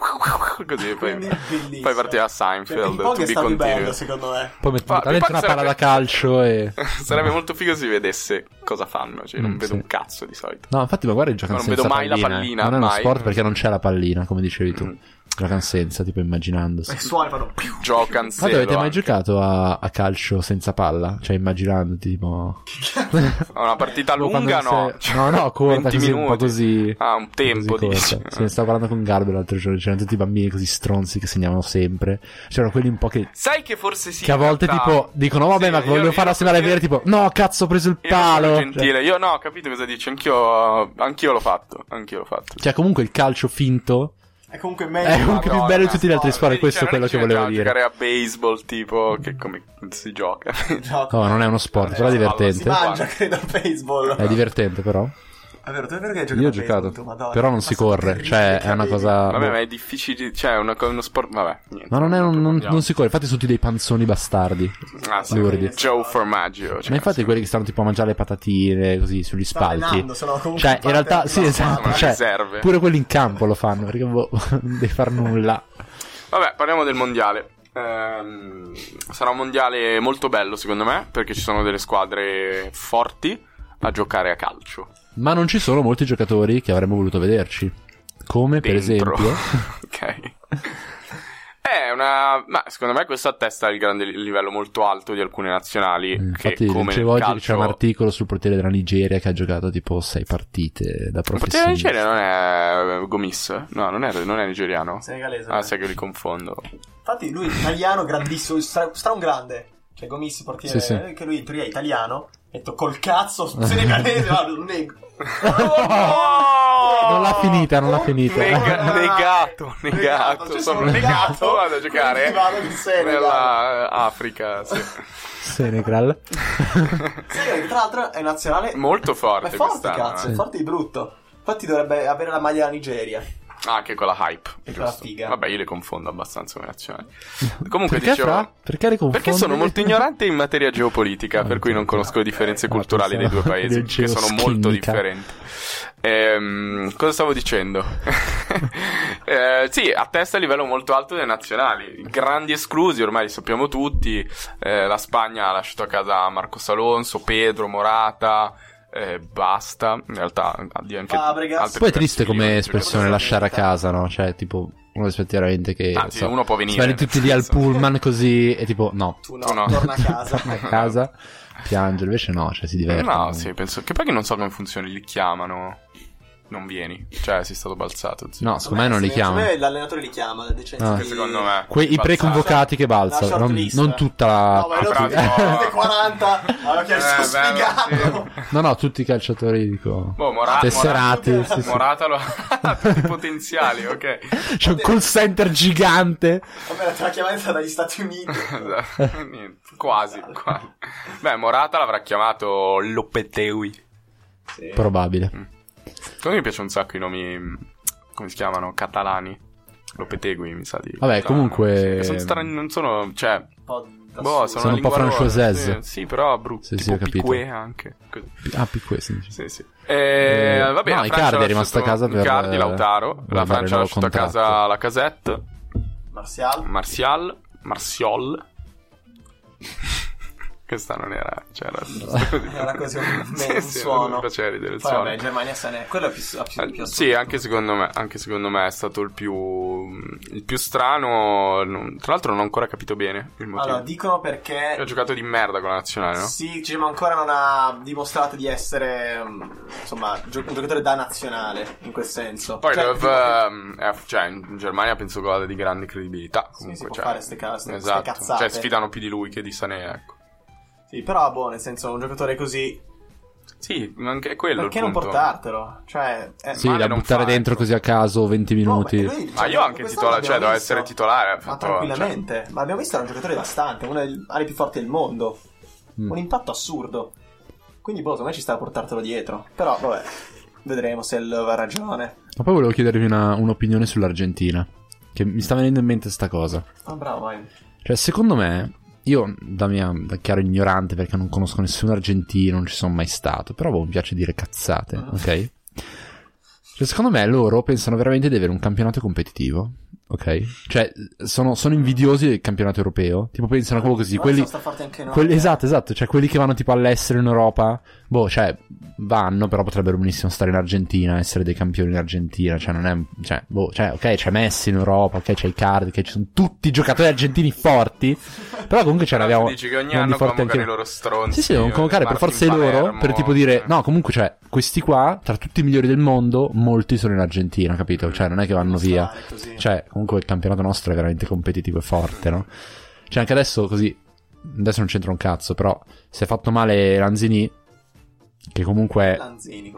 così, poi partiva Seinfeld, to be continued, secondo me. Poi metti una palla da calcio e sarebbe molto figo se si vedesse cosa fanno, cioè non vedo un cazzo di solito. No, infatti, ma guarda, giocano senza mai pallina, la pallina. Non è uno mai. sport perché non c'è la pallina, come dicevi tu. Giocano senza, tipo immaginandosi. I suoni fanno Giocan. Ma avete mai giocato a calcio senza palla? Cioè immaginandoti tipo una partita lunga, no? No, corta, così, un po' così. Un tempo, dici. Sì, stavo parlando con Garbo l'altro giorno, c'erano tutti i bambini così stronzi che segnavano sempre. C'erano quelli un po' che sai che forse sì, che a volte tipo dicono vabbè, sì, ma voglio farla sembrare vera, tipo no, cazzo, ho preso il palo. Gentile, io no, ho capito cosa dici, anch'io l'ho fatto. Cioè comunque il calcio finto è comunque meglio. È comunque più bello di tutti gli altri sport. Questo è quello che volevo dire. Giocare a baseball, tipo, che come si gioca. No, non è uno sport, però è divertente. Si mangia, credo, al baseball. È divertente, però. È vero, tu è vero che hai giocato? Io ho giocato, però non si corre, cioè è una cosa. Vabbè, ma è difficile, cioè è uno sport, vabbè, niente. Ma non si corre, infatti sono tutti dei panzoni bastardi. Sì, Joe Formaggio. Ma infatti quelli che stanno tipo a mangiare le patatine così sugli spalti. Cioè, in realtà sì, esatto, cioè, pure quelli in campo lo fanno, perché non devi far nulla. Vabbè, parliamo del mondiale. Sarà un mondiale molto bello secondo me, perché ci sono delle squadre forti a giocare a calcio. Ma non ci sono molti giocatori che avremmo voluto vederci. Come per esempio ok. Ma secondo me questo attesta il grande livello molto alto di alcune nazionali. Infatti che come dicevo oggi calcio... che c'è un articolo sul portiere della Nigeria che ha giocato tipo 6 partite da professionista. Il portiere della Nigeria non è Gomis? No, non è nigeriano. Senegalese. Sai che li confondo. Infatti lui è italiano, grandissimo, stra un grande. Cioè Gomis, portiere, sì. Che lui in teoria è italiano. Detto col cazzo, senegalese, ma non nego. Non l'ha finita. Negato. Cioè, sono negato vado a giocare nella Africa, sì. Senegal. Senegal, tra l'altro è nazionale molto forte. È forte, cazzo, è forte di brutto. Infatti dovrebbe avere la maglia della Nigeria. Anche con la hype. E con la figa. Vabbè, io le confondo abbastanza con le nazionali. Comunque dicevo... Perché le confondi? Perché sono molto ignorante in materia geopolitica, per cui non conosco le differenze culturali dei due paesi, che sono molto differenti. Cosa stavo dicendo? Sì, attesta a livello molto alto delle nazionali. Grandi esclusi, ormai li sappiamo tutti. La Spagna ha lasciato a casa Marcos Alonso, Pedro, Morata... basta, in realtà addio anche Fabregas. Poi è triste come espressione lasciare a casa, no? Cioè tipo uno aspetta veramente che anzi, uno può venire, spari tutti lì al pullman così e tipo no, tu no. Torna a casa piange, invece no, cioè si diverte. No, sì, penso che poi che non so come funzioni, li chiamano. Non vieni, cioè sei stato balzato. Zio. No, secondo me non li chiama. Secondo me l'allenatore li chiama, secondo me. I preconvocati che balzano, non tutta la. No, ma tutti 40. Allora che sono spiegato. No, tutti i calciatori dico. Tesserati. Morata lo ha tutti i potenziali, ok. C'è un call center gigante. Vabbè, la chiamata dagli Stati Uniti. Quasi. Beh, Morata l'avrà chiamato Lopetegui. Sì. Probabile. A me piace un sacco i nomi, come si chiamano, catalani. Lopetegui, mi sa di. Vabbè, comunque sono strani, non sono, cioè sono un po' francesese. Sì, però brutto. Sì, ho capito. Piqué anche. Piqué, sì. Sì. Vabbè, no, Icardi è rimasto a casa per Icardi, Lautaro. La Francia ha lasciato a casa la Casette. Martial. Questa non era, era così un suono. Non faceva ridere il poi suono. Vabbè, Germania se ne quello è più sì, anche secondo me è stato il più strano. Tra l'altro non ho ancora capito bene il motivo. Allora, dicono perché ha giocato di merda con la nazionale, no? Sì, ma ancora non ha dimostrato di essere insomma un giocatore da nazionale in quel senso. Poi in Germania penso che vada di grande credibilità. Comunque, si può fare ste esatto. cazzate. Cioè sfidano più di lui che di Sané, ecco. Sì, però nel senso un giocatore così. Sì, anche quello. Perché non portartelo? Cioè, sì, da buttare dentro così a caso 20 minuti. Ma io anche titolare, cioè doveva essere titolare. Ma tranquillamente. Ma abbiamo visto era un giocatore devastante, uno delle ali più forti del mondo. Un impatto assurdo. Quindi secondo me ci sta a portartelo dietro. Però vabbè, vedremo se aveva ragione. Ma poi volevo chiedervi un'opinione sull'Argentina, che mi sta venendo in mente sta cosa. Ah, bravo, vai. Cioè, secondo me, io da chiaro ignorante perché non conosco nessun argentino, non ci sono mai stato, però mi piace dire cazzate, ok? Cioè, secondo me loro pensano veramente di avere un campionato competitivo, ok? Cioè, sono invidiosi del campionato europeo, tipo pensano proprio così, esatto, cioè quelli che vanno tipo all'estero in Europa, cioè vanno, però potrebbero benissimo stare in Argentina, essere dei campioni in Argentina, cioè non è, ok, c'è Messi in Europa, ok, c'è Icardi, che ci sono tutti i giocatori argentini forti, però comunque ce l'abbiamo. Dici che ogni anno convocano i loro stronzi. Sì, devono convocare per forza i loro, per tipo dire, no, comunque cioè, questi qua, tra tutti i migliori del mondo, molti sono in Argentina, capito? Cioè non è che vanno via, cioè comunque il campionato nostro è veramente competitivo e forte, no? Cioè anche adesso non c'entra un cazzo, però si è fatto male Lanzini, che comunque Lanzini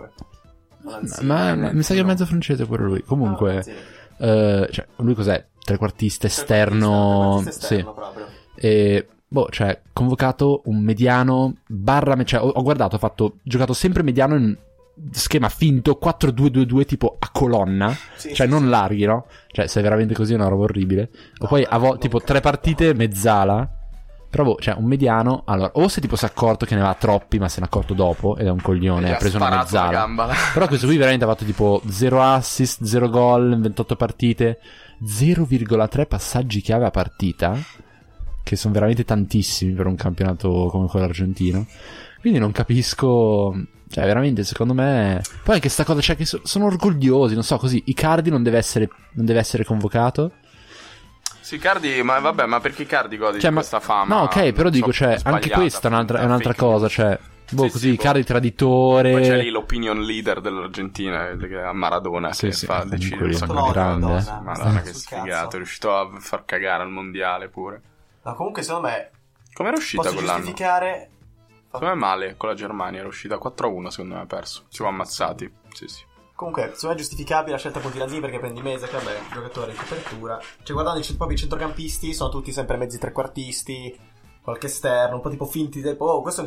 ma mi sa che è mezzo francese pure lui, comunque cioè lui cos'è? Trequartista esterno, sì, proprio. E cioè convocato un mediano cioè ho guardato, giocato sempre mediano in schema finto 4-2-2-2 tipo a colonna, cioè non larghi, no? Cioè se è veramente così è una roba orribile. O poi tipo 3 partite mezzala. Però cioè un mediano, allora o se tipo si è accorto che ne aveva troppi, ma se ne è accorto dopo ed è un coglione, ha preso una mezzala. Però questo qui veramente ha fatto tipo 0 assist, 0 gol in 28 partite, 0,3 passaggi chiave a partita, che sono veramente tantissimi per un campionato come quello argentino. Quindi non capisco, cioè veramente secondo me. Poi anche sta cosa, cioè che sono orgogliosi, non so, così Icardi non deve essere convocato. Sì, Icardi, ma vabbè, ma perché Icardi gode di questa fama? No, ok, però dico, cioè, anche questa è un'altra cosa, cioè, così, Icardi traditore. Poi c'è lì l'opinion leader dell'Argentina, che è Maradona, che fa decidere. Grande. Madonna, che sfigato, è riuscito a far cagare al mondiale pure. Ma comunque, secondo me, come era uscita quell'anno? Giustificare. Secondo me male, con la Germania era uscita 4-1, secondo me ha perso. Si sono ammazzati, sì. Comunque, secondo me è giustificabile la scelta con Lanzini perché prendi Mesa, che vabbè, giocatore di copertura. Cioè, guardando proprio i centrocampisti, sono tutti sempre mezzi trequartisti, qualche esterno, un po' tipo finti, tipo, questo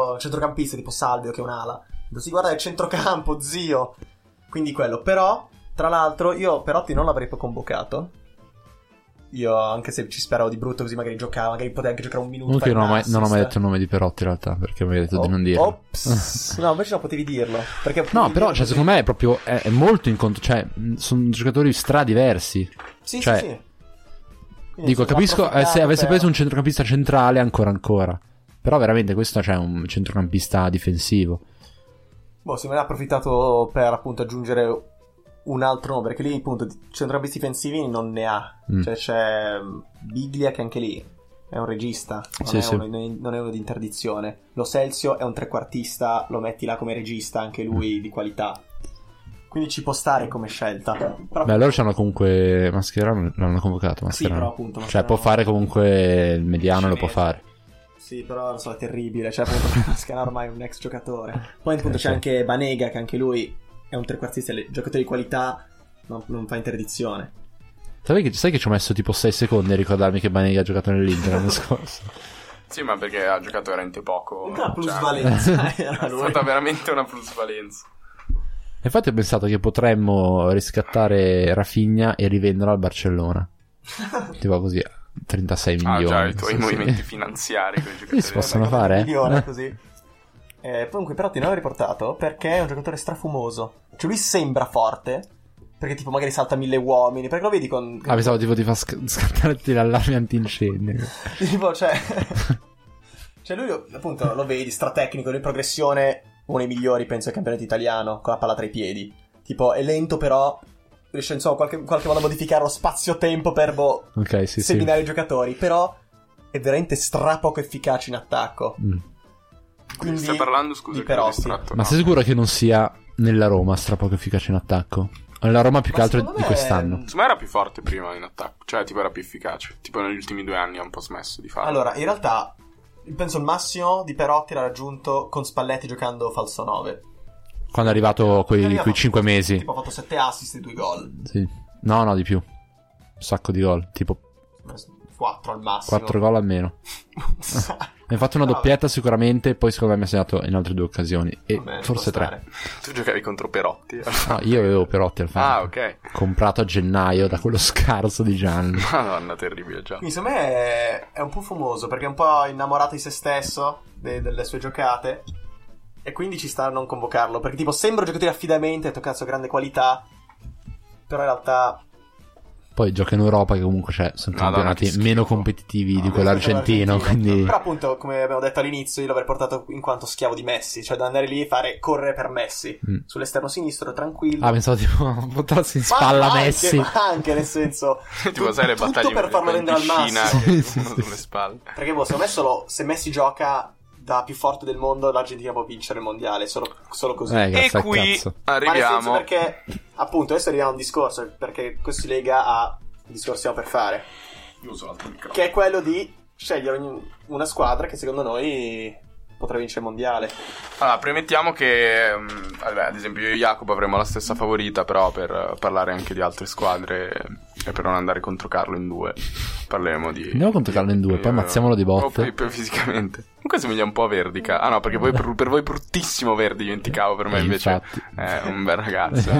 centrocampista tipo Salvio, che è un'ala. Si guarda il centrocampo, zio. Quindi quello, però, Tra l'altro, io Perotti non l'avrei poi convocato. Io, anche se ci speravo di brutto, così magari giocava, magari poteva anche giocare un minuto. Comunque io non ho mai detto il nome di Perotti in realtà, perché mi hai detto di non dirlo. Ops. No, invece no, potevi dirlo. Perché no, però cioè, secondo me è proprio è molto cioè, sono giocatori stradiversi. Sì, cioè, sì. Quindi dico, capisco, se avesse preso un centrocampista centrale ancora. Però veramente questo c'è un centrocampista difensivo. Boh, se me ne ha approfittato per appunto aggiungere un altro nome, perché lì appunto centrocampisti difensivi non ne ha. Cioè c'è Biglia, che anche lì è un regista, non è uno di interdizione. Lo Celso è un trequartista, lo metti là come regista, anche lui di qualità. Quindi ci può stare come scelta. Però, beh, loro c'hanno comunque Mascherano, l'hanno convocato Mascherano. Sì, però appunto cioè può fare comunque il mediano, lo può fare. Sì, però lo so, è terribile. Cioè appunto Mascherano ormai è un ex giocatore. Poi appunto c'è anche Banega, che anche lui è un trequartista, giocatore di qualità, non fa interdizione. Sai che ci ho messo tipo 6 secondi a ricordarmi che Banega ha giocato nell'Inter l'anno scorso. Sì, ma perché ha giocato veramente poco. Una plusvalenza era lui. È stata veramente una plusvalenza. Infatti ho pensato che potremmo riscattare Rafinha e rivenderlo al Barcellona. Tipo così, 36 milioni. Ah già, i tuoi movimenti finanziari con i giocatori. Si possono fare? Così. Comunque però ti non l'ho riportato perché è un giocatore strafumoso. Cioè lui sembra forte, perché tipo magari salta 1000 uomini, perché lo vedi con... Ah, pensavo tipo ti fa scattare l'allarme antincendio. Tipo, cioè lui appunto lo vedi, stratecnico, di progressione, uno dei migliori penso al campionato italiano, con la palla tra i piedi. Tipo è lento però riesce insomma qualche modo a modificare lo spazio-tempo per seminare i giocatori, però è veramente poco efficace in attacco. Quindi stai parlando, scusa, di Perotti. Ma sei sicuro che non sia nella Roma poco efficace in attacco? O nella Roma più che altro di quest'anno? Secondo me era più forte prima in attacco, cioè tipo era più efficace. Tipo negli ultimi 2 anni ha un po' smesso di farlo. Allora, in realtà penso il massimo di Perotti l'ha raggiunto con Spalletti giocando falso 9. Quando è arrivato quei 5 mesi. Tipo ha fatto 7 assist e 2 gol. Sì. No, di più. Un sacco di gol. Tipo 4 al massimo. 4 gol almeno. Mi ha fatto una doppietta sicuramente. Poi secondo me mi ha segnato in altre 2 occasioni. E forse 3. Tu giocavi contro Perotti? No, io avevo Perotti al fan. Ah, ok. Comprato a gennaio da quello scarso di Gianni. Madonna, terribile già. Quindi secondo me è un po' fumoso, perché è un po' innamorato di se stesso, delle sue giocate. E quindi ci sta a non convocarlo, perché tipo sembra un giocatore di affidamento, ha cazzo grande qualità, però in realtà poi gioca in Europa, che comunque sono campionati meno competitivi di quello argentino, quindi... Però appunto, come abbiamo detto all'inizio, io l'avrei portato in quanto schiavo di Messi, cioè da andare lì e correre per Messi sull'esterno sinistro, tranquillo. Ah, pensavo tipo buttarsi in spalla Messi. Ma anche nel senso tipo sai le battaglie per farlo rendere al massimo sulle spalle. Perché secondo me se Messi gioca da più forte del mondo, l'Argentina può vincere il mondiale, solo così. E qui arriviamo, perché appunto adesso arriviamo a un discorso, perché questo si lega a un discorso che stiamo per fare, che è quello di scegliere una squadra che secondo noi potrà vincere il mondiale. Allora, premettiamo che ad esempio io e Jacopo avremo la stessa favorita, però per parlare anche di altre squadre e per non andare contro Carlo in 2 parleremo di... Andiamo contro Carlo in 2, poi ammazziamolo di botte. Poi fisicamente. Comunque somiglia un po' a Verdica. Ah no, perché poi per voi bruttissimo Verdi, dimenticavo, per me invece è un bel ragazzo.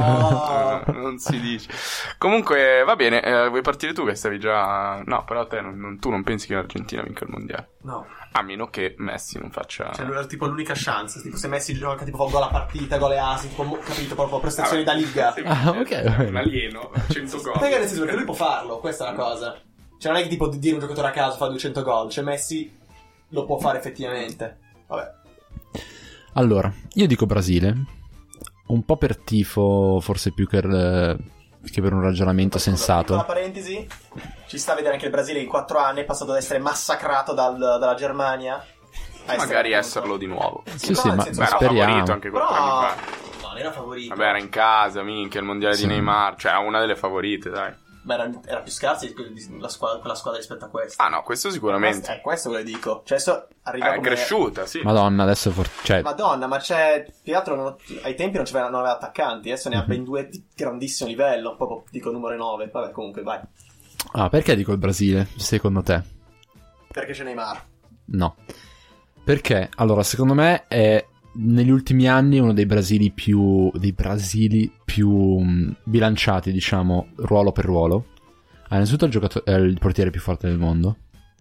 Non si dice. Comunque va bene, vuoi partire tu che stavi già... No, però te tu non pensi che l'Argentina vinca il mondiale? No. A meno che Messi non faccia... Cioè lui è tipo l'unica chance, tipo se Messi gioca tipo gol a partita, gol e asi, tipo, capito, proprio prestazioni da liga. Ok. Un alieno, 100 gol. Perché nel senso che lui può farlo, questa è la cosa. Cioè non è che tipo dire un giocatore a caso fa 200 gol, cioè Messi lo può fare effettivamente. Vabbè. Allora, io dico Brasile, un po' per tifo, forse più che per un ragionamento sensato. Una parentesi, ci sta a vedere anche il Brasile in 4 anni è passato ad essere massacrato dalla Germania. Magari esserlo di nuovo. Sì, ma era speriamo. Favorito anche 4 anni fa. No, non era favorito. Vabbè, era in casa, minchia, il mondiale di Neymar, cioè una delle favorite, dai. Beh, era più scarsa quella squadra rispetto a questa. Ah no, questo sicuramente. Questo ve lo dico. Cioè adesso arriva è cresciuta, sì. Madonna, adesso Madonna, ma c'è più altro ai tempi non aveva attaccanti, adesso ne ha ben 2 di grandissimo livello, proprio dico numero 9. Vabbè, comunque vai. Ah, perché dico il Brasile, secondo te? Perché c'è Neymar. No. Perché, allora, secondo me è negli ultimi anni uno dei Brasili più bilanciati, diciamo, ruolo per ruolo. Innanzitutto è il portiere più forte del mondo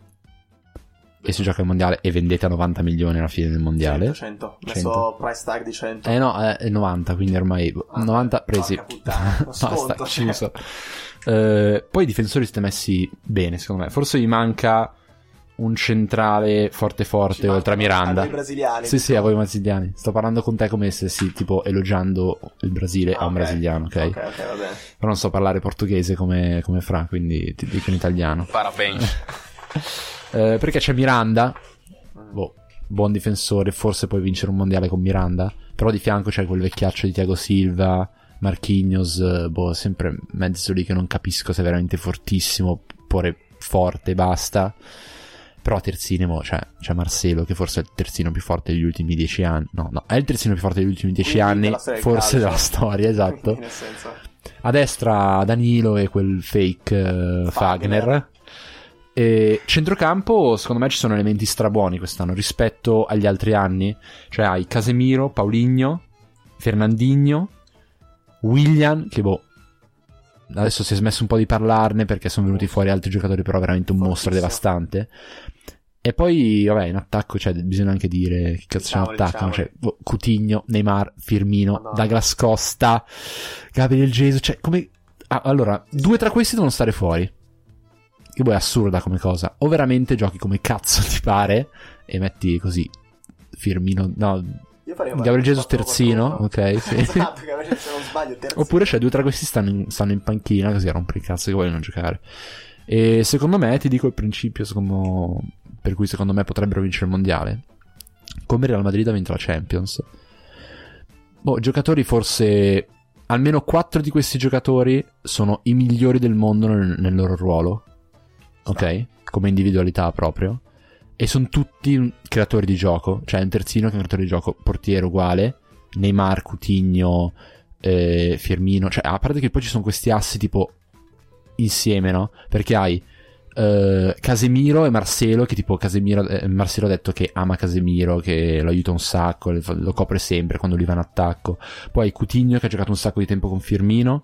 e si gioca il mondiale e vendete a 90 milioni alla fine del mondiale. 100. Messo price tag di 100. No, è 90, quindi ormai 90 presi. Basta, chiuso. Poi i difensori siete messi bene, secondo me. Forse gli manca un centrale forte oltre a Miranda. A voi brasiliani. Sì, a voi brasiliani. Sto parlando con te come se tipo elogiando il Brasile a un brasiliano, ok? Ok, va bene. Però non so parlare portoghese come Fra, quindi ti dico in italiano. Parabéns. Perché c'è Miranda, buon difensore, forse puoi vincere un mondiale con Miranda, però di fianco c'è quel vecchiaccio di Thiago Silva, Marquinhos, sempre mezzo lì che non capisco se è veramente fortissimo, oppure forte, basta. Però a terzino c'è Marcelo, che forse è il terzino più forte degli ultimi 10 anni. No, è il terzino più forte degli ultimi 10 anni, forse della storia, esatto. Nel senso. A destra Danilo e quel fake Fagner. E centrocampo, secondo me ci sono elementi strabuoni quest'anno rispetto agli altri anni. Cioè hai Casemiro, Paulinho, Fernandinho, Willian, che adesso si è smesso un po' di parlarne perché sono venuti fuori altri giocatori, però veramente un mostro devastante. E poi, vabbè, in attacco, bisogna anche dire che cazzo c'è in attacco. Diciamo. Coutinho, Neymar, Firmino, Douglas Costa, Gabriel Jesus, allora, 2 tra questi devono stare fuori. Che poi è assurda come cosa. O veramente giochi come cazzo ti pare e metti così Firmino, Gabriel Jesus terzino, ok, sì. Esatto, se non sbaglio terzino. Oppure 2 tra questi stanno in panchina, così a rompere il cazzo che vogliono giocare. E secondo me, ti dico il principio per cui secondo me potrebbero vincere il mondiale. Come Real Madrid ha vinto la Champions. Giocatori forse almeno 4 di questi giocatori sono i migliori del mondo nel loro ruolo. Ok? Come individualità proprio. E sono tutti creatori di gioco. Cioè un terzino che è un creatore di gioco, portiere uguale, Neymar, Coutinho, Firmino. Cioè, a parte che poi ci sono questi assi tipo insieme, no? Perché hai Casemiro e Marcelo, che tipo Marcelo ha detto che ama Casemiro, che lo aiuta un sacco, lo copre sempre quando lui va in attacco. Poi hai Coutinho che ha giocato un sacco di tempo con Firmino.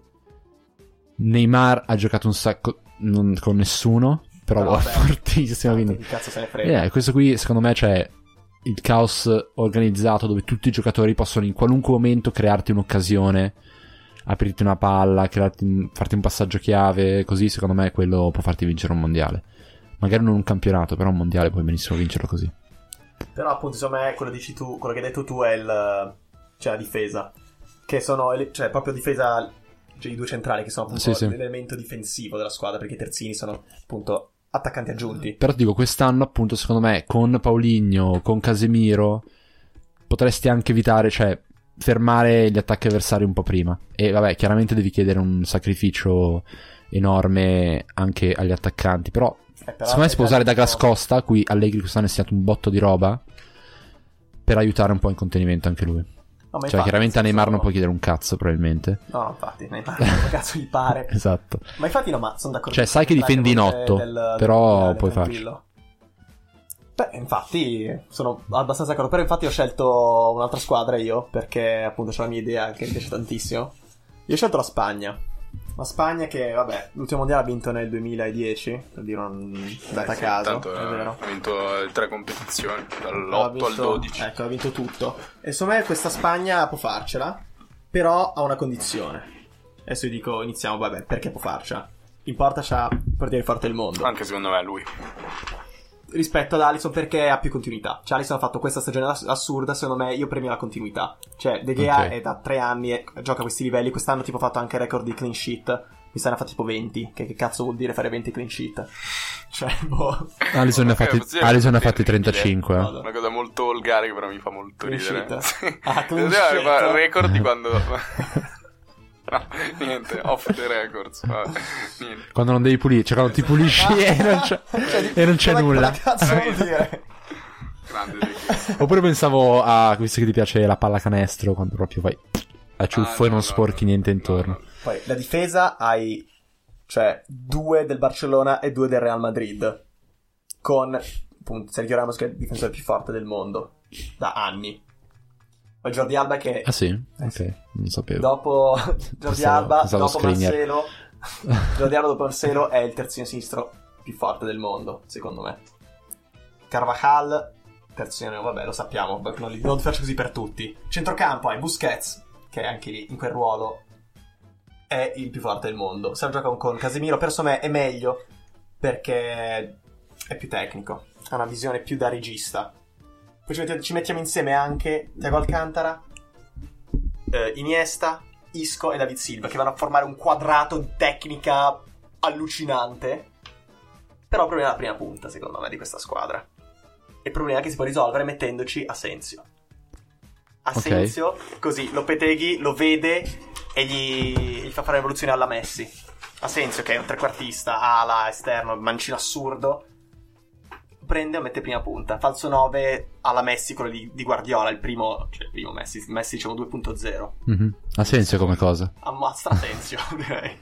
Neymar ha giocato un sacco con nessuno, però fortissimo, quindi cazzo se ne frega. Questo qui secondo me c'è il caos organizzato dove tutti i giocatori possono in qualunque momento crearti un'occasione, aprirti una palla, farti un passaggio chiave, così secondo me quello può farti vincere un mondiale. Magari non un campionato, però un mondiale puoi benissimo vincerlo così. Però appunto insomma quello dici tu, quello che hai detto tu è la difesa, che sono proprio difesa, i 2 centrali che sono appunto l'elemento difensivo della squadra, perché i terzini sono appunto attaccanti aggiunti. Però dico, quest'anno appunto secondo me con Paulinho, con Casemiro potresti anche evitare, fermare gli attacchi avversari un po' prima. E vabbè, chiaramente devi chiedere un sacrificio enorme anche agli attaccanti, però secondo me si può usare Douglas Costa, a cui Allegri quest'anno è stato un botto di roba, per aiutare un po' in contenimento anche lui. No, chiaramente a Neymar non puoi chiedere un cazzo, probabilmente. No, infatti, Neymar non cazzo gli pare. Esatto. Ma infatti no, ma sono d'accordo. Sai che difendi in 8, però puoi farlo. Beh, infatti sono abbastanza d'accordo. Però infatti ho scelto un'altra squadra io, perché appunto c'è la mia idea che mi piace tantissimo. Io ho scelto la Spagna. La Spagna che, vabbè, l'ultimo mondiale ha vinto nel 2010, per dire un data a caso, è vero. Ha vinto 3 competizioni, dall'8 al 12. Ecco, ha vinto tutto. E insomma questa Spagna può farcela, però ha una condizione. Adesso io dico, iniziamo, vabbè, perché può farcela? In porta c'ha il portiere forte del mondo. Anche secondo me lui. Rispetto ad Alisson, perché ha più continuità. Alisson ha fatto questa stagione assurda, secondo me io premio la continuità. De Gea è da 3 anni e gioca a questi livelli. Quest'anno tipo ha fatto anche record di clean sheet. Quest'anno ha fatto tipo 20. Che cazzo vuol dire fare 20 clean sheet? Alisson ne ha fatti 35. Una cosa molto volgare che però mi fa molto ridere. Clean sheet. Record di quando... No, niente, off the records. Niente. Quando non devi pulire, quando ti pulisci e non c'è nulla. Che cazzo vuol dire? Grande. Oppure pensavo a visto che ti piace la pallacanestro, quando proprio vai a ciuffo e non sporchi niente intorno. No. Poi la difesa hai 2 del Barcellona e 2 del Real Madrid, con appunto Sergio Ramos che è il difensore più forte del mondo da anni. Jordi Alba che... Ah sì? Ok, non sapevo. Dopo Jordi Alba, dopo Marcelo... Jordi Alba dopo Marcelo è il terzino sinistro più forte del mondo, secondo me. Carvajal, terzino, vabbè, lo sappiamo, non faccio così per tutti. Centrocampo hai Busquets, che anche lì, in quel ruolo, è il più forte del mondo. Se lo gioca con Casemiro, per me è meglio, perché è più tecnico, ha una visione più da regista. Poi ci mettiamo insieme anche Thiago Alcantara, Iniesta, Isco e David Silva, che vanno a formare un quadrato di tecnica allucinante. Però il problema è la prima punta, secondo me, di questa squadra. E il problema che si può risolvere mettendoci Asensio. Asensio, così Lopetegui lo vede e gli fa fare evoluzione alla Messi. Asensio, che è un trequartista, ala, esterno, mancino assurdo, prende e mette prima punta. Falso 9 alla Messi, quello di Guardiola, il primo Messi diciamo 2.0. Mm-hmm. Asensio come cosa? Ammazza Asensio, direi.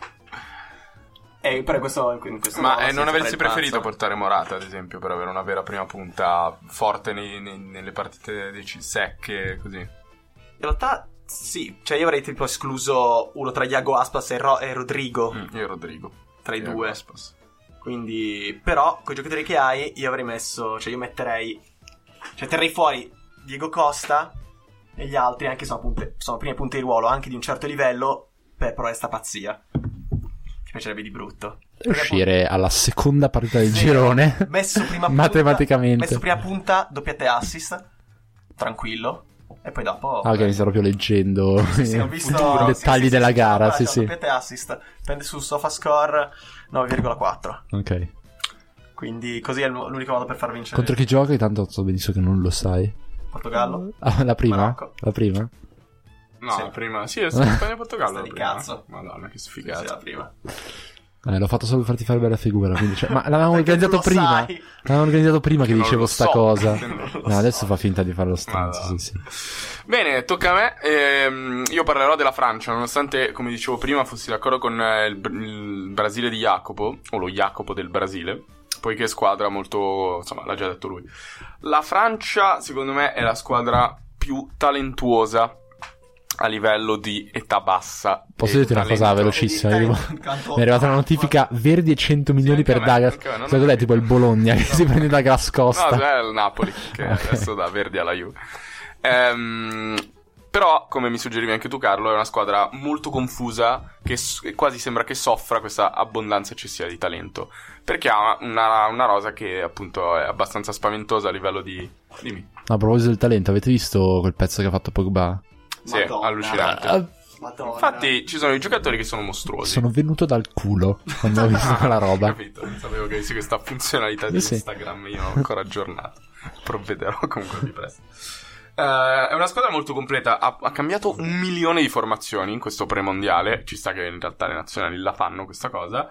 Per questo ma non avresti preferito portare Morata, ad esempio, per avere una vera prima punta forte nelle partite secche, così? In realtà sì, cioè io avrei tipo escluso uno tra Iago Aspas e Rodrigo. Io Rodrigo tra i due Aspas. Quindi, però, con i giocatori che hai, io avrei messo, cioè io metterei, cioè terrei fuori Diego Costa e gli altri, anche sono prime punte di ruolo, anche di un certo livello, per provare sta pazzia. Che piacerebbe di brutto. Uscire alla seconda partita del girone, messo prima punta, matematicamente. Messo prima punta, doppiate assist, tranquillo. E poi dopo... ok, mi sto proprio leggendo sì, ho visto i dettagli della gara, sì. Doppiate assist, prende sul SofaScore 9,4. Ok. Quindi così è l'unico modo per far vincere. Contro chi giochi? Tanto so benissimo che non lo sai. Portogallo? La prima? Marocco. La prima? No, sì. La prima. Sì, è Spagna-Portogallo. Di cazzo. Madonna, che sfigata. Sì, la prima. L'ho fatto solo per farti fare bella figura, quindi, cioè, ma l'avevamo organizzato prima. L'avevamo organizzato prima che dicevo sta cosa. No, adesso fa finta di fare lo stronzo. Sì. Bene, tocca a me. Io parlerò della Francia, nonostante, come dicevo prima, fossi d'accordo con il Brasile di Jacopo, o lo Jacopo del Brasile, poiché è squadra molto, insomma, l'ha già detto lui. La Francia, secondo me, è la squadra più talentuosa a livello di età bassa. Posso dirti una cosa velocissima? Mi è arrivata una notifica: Verdi e 100 milioni per Dagas. Secondo te è tipo il Bologna che si prende da Grascosta? No, è il Napoli che adesso dà Verdi alla Juve. Però, come mi suggerivi anche tu, Carlo, è una squadra molto confusa, che quasi sembra che soffra questa abbondanza eccessiva di talento, perché ha una rosa che appunto è abbastanza spaventosa a livello di... Dimmi. A proposito del talento, avete visto quel pezzo che ha fatto Pogba? Sì, Madonna. allucinante. Madonna. Infatti ci sono i giocatori che sono mostruosi. Sono venuto dal culo quando ho visto quella roba. Capito, non sapevo che avessi questa funzionalità di Instagram. Io non ho ancora aggiornato. Provvederò comunque di presto. È una squadra molto completa. Ha cambiato 1 milione di formazioni in questo premondiale. Ci sta che in realtà le nazionali la fanno questa cosa.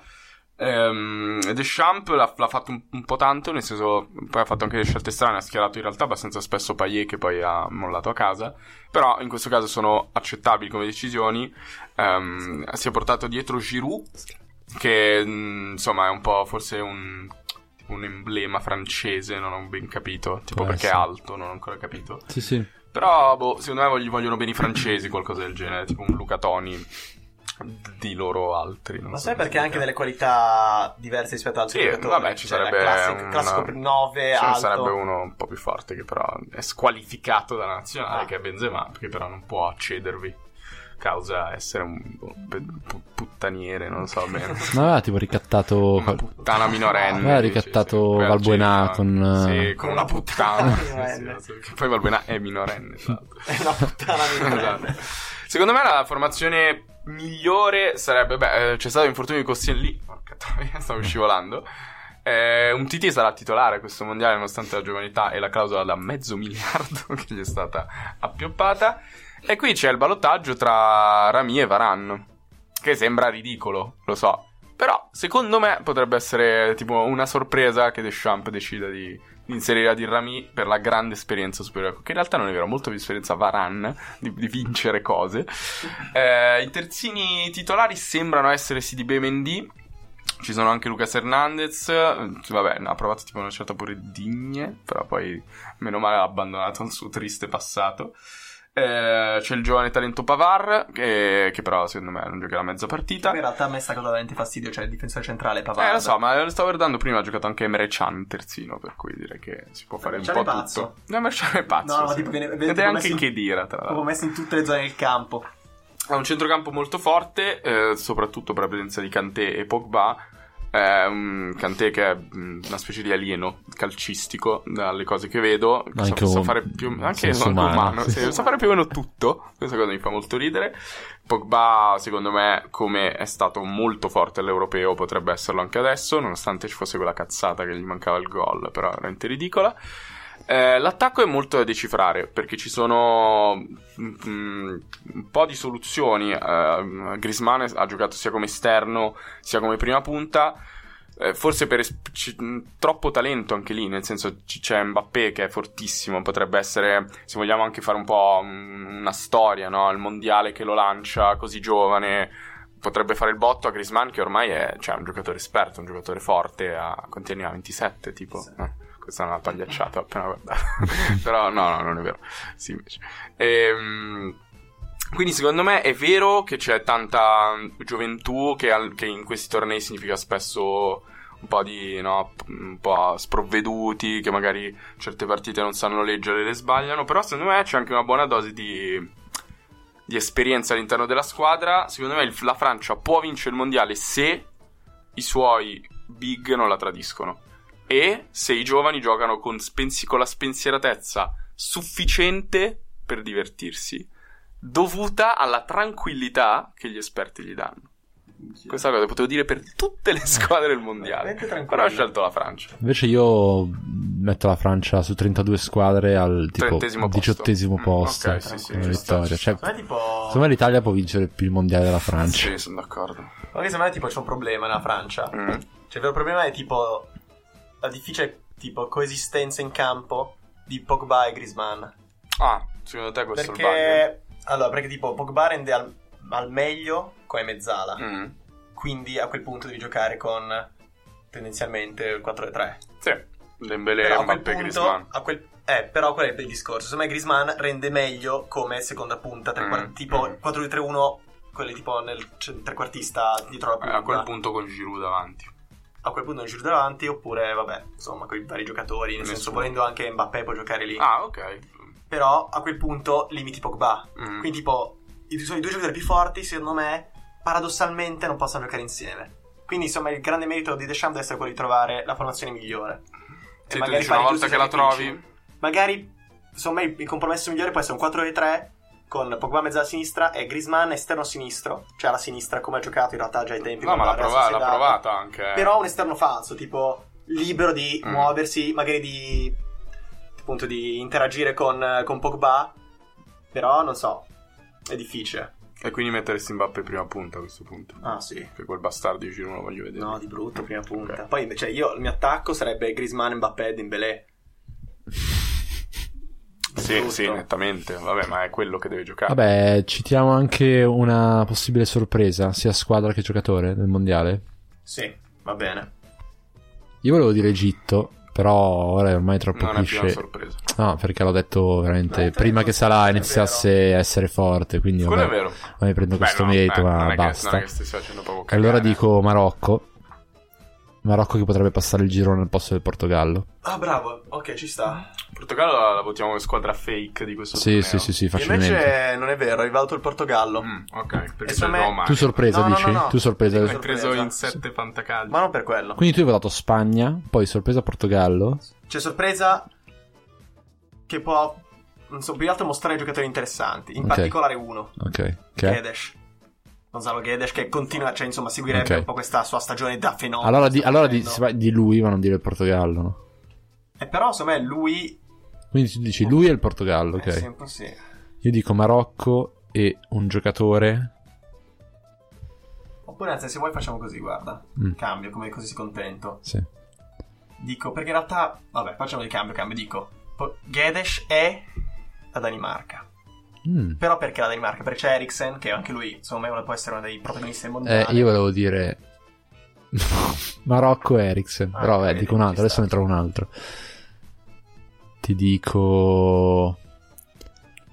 Deschamps l'ha fatto un po' tanto, nel senso, poi ha fatto anche delle scelte strane, ha schierato in realtà abbastanza spesso Payet, che poi ha mollato a casa, però in questo caso sono accettabili come decisioni. Si è portato dietro Giroud, che insomma è un po' forse un emblema francese, non ho ben capito, tipo perché è alto, non ho ancora capito. Sì. Però secondo me gli vogliono bene i francesi, qualcosa del genere, tipo un Luca Toni di loro altri. Ma sai perché ha anche delle qualità diverse rispetto ad altri giocatori? Vabbè, ci sarebbe classico 9 alto. Sarebbe uno un po' più forte, che però è squalificato dalla nazionale, che è Benzema, che però non può accedervi causa essere un puttaniere, non so bene. No, aveva tipo ricattato una puttana minorenne. Aveva ricattato Valbuena con una puttana. Sì. Poi Valbuena è minorenne, esatto. È una puttana minorenne. Esatto. Secondo me la formazione migliore sarebbe, c'è stato l'infortunio di Koscielny, porca troia, stavo scivolando. Un Titi sarà titolare a questo mondiale nonostante la giovanità e la clausola da $500 milioni che gli è stata appioppata. E qui c'è il ballottaggio tra Rami e Varane, che sembra ridicolo, lo so, però secondo me potrebbe essere tipo una sorpresa che Deschamps decida di inserire Adil Rami per la grande esperienza superiore, che in realtà non è vero, molto più esperienza Varane di vincere cose. I terzini titolari sembrano essere Sidibé e Mendy. Ci sono anche Lucas Hernandez, vabbè, ha provato tipo una certa pure Digne, però poi meno male ha abbandonato il suo triste passato. C'è il giovane talento Pavard che però secondo me non giocherà mezza partita. In realtà a me sta cosa veramente fastidio, cioè il difensore centrale Pavard. Lo so, ma lo stavo guardando prima, ha giocato anche Emre Can terzino, per cui direi che si può fare un po' tutto. Emre Can è pazzo. No, sì. tipo ed è anche Khedira, tra l'altro. Come messo in tutte le zone del campo. Ha un centrocampo molto forte, soprattutto per la presenza di Kanté e Pogba. Kanté che è una specie di alieno calcistico dalle cose che vedo, sa fare più anche umano, sì. Sa fare più o meno tutto. Questa cosa mi fa molto ridere. Pogba secondo me, come è stato molto forte all'europeo, potrebbe esserlo anche adesso, nonostante ci fosse quella cazzata che gli mancava il gol, però è veramente ridicola. L'attacco è molto da decifrare perché ci sono un po' di soluzioni. Griezmann ha giocato sia come esterno sia come prima punta, forse per troppo talento anche lì, nel senso c'è Mbappé che è fortissimo, potrebbe essere, se vogliamo, anche fare un po' una storia, no? Il mondiale che lo lancia così giovane, potrebbe fare il botto a Griezmann che ormai è un giocatore esperto, un giocatore forte, quanti anni ha? 27 tipo? Sì. Questa è una pagliacciata, ho appena guardato. Però no, non è vero. Sì, invece. Quindi secondo me è vero che c'è tanta gioventù che in questi tornei significa spesso un po' di, no, un po' sprovveduti, che magari certe partite non sanno leggere e le sbagliano. Però secondo me c'è anche una buona dose di esperienza all'interno della squadra. Secondo me la Francia può vincere il mondiale se i suoi big non la tradiscono. E se i giovani giocano con la spensieratezza sufficiente per divertirsi, dovuta alla tranquillità che gli esperti gli danno. Questa cosa potevo dire per tutte le squadre del mondiale, però ho scelto la Francia. Invece io metto la Francia su 32 squadre al tipo 18° posto. Ok, sì, vittoria. Cioè, secondo me l'Italia può vincere più il mondiale della Francia. Sì, sono d'accordo. Ma secondo me tipo c'è un problema nella Francia. Cioè il vero problema è tipo la difficile tipo coesistenza in campo di Pogba e Griezmann. Secondo te questo è il bug? Allora, perché tipo Pogba rende al meglio come mezzala. Quindi a quel punto devi giocare con tendenzialmente il 4-3. Sì, Dembélé, Mbappé e Griezmann. Però qual è il discorso? Secondo me Griezmann rende meglio come seconda punta, tipo 4-2-3-1, quelli tipo nel trequartista dietro la punta. A quel punto con Giroud davanti. A quel punto non Giroud davanti, oppure vabbè, insomma, con i vari giocatori, nel senso volendo anche Mbappé può giocare lì. Ok. Però a quel punto limiti Pogba. Quindi tipo sono i due giocatori più forti, secondo me, paradossalmente non possono giocare insieme. Quindi insomma il grande merito di Deschamps deve essere quello di trovare la formazione migliore. Sì, e magari dici, una volta che la trovi, magari insomma il compromesso migliore può essere un 4-3 con Pogba mezza a sinistra e Griezmann esterno sinistro, cioè alla sinistra come ha giocato in realtà già ai tempi. No, ma l'ha provata anche. Però un esterno falso, tipo libero di muoversi, magari di appunto di interagire con Pogba. Però non so, è difficile. E quindi metteresti Mbappé prima punta a questo punto? Sì. Che quel bastardo io non lo voglio vedere. No, di brutto prima punta. Okay. Poi invece il mio attacco sarebbe Griezmann, Mbappé e Dembélé. Sì, nettamente. Vabbè, ma è quello che deve giocare. Vabbè, citiamo anche una possibile sorpresa, sia squadra che giocatore nel mondiale. Sì, va bene. Io volevo dire Egitto, però ora è ormai troppo cliché. Non è più una sorpresa. No, perché l'ho detto veramente prima che Salah iniziasse a essere forte, quindi quello è vero. Mi prendo questo merito, ma basta. Non è che stessi facendo proprio cagare. Allora dico Marocco che potrebbe passare il girone al posto del Portogallo. Bravo, ok, ci sta. Portogallo la votiamo come squadra fake di questo torneo. Sì, facilmente. Invece non è vero, hai rivalutato il Portogallo. Ok, perché tu sorpresa dici? No. Tu sorpresa. Hai preso in 7 fantacalci. Ma non per quello. Quindi tu hai votato Spagna, poi sorpresa Portogallo. C'è sorpresa che può, non so, più di altro mostrare giocatori interessanti, in particolare uno. Ok. Guedes. Gonzalo Guedes, che continua, cioè insomma seguirebbe un po' questa sua stagione da fenomeno. Allora di lui, ma non dire il Portogallo, no? Però insomma è lui. Quindi tu dici lui e il Portogallo, ok? Sì. Io dico Marocco e un giocatore. Oppure anzi, se vuoi facciamo così, guarda. Cambio, come così sei contento. Sì. Dico, perché in realtà, vabbè, facciamo il cambio, dico Guedes è la Danimarca. Però perché la Danimarca? Perché c'è Eriksen, che anche lui, insomma, può essere uno dei protagonisti del mondiale. Io volevo dire Marocco e Eriksen, però okay, dico un altro, adesso ne trovo un altro. Ti dico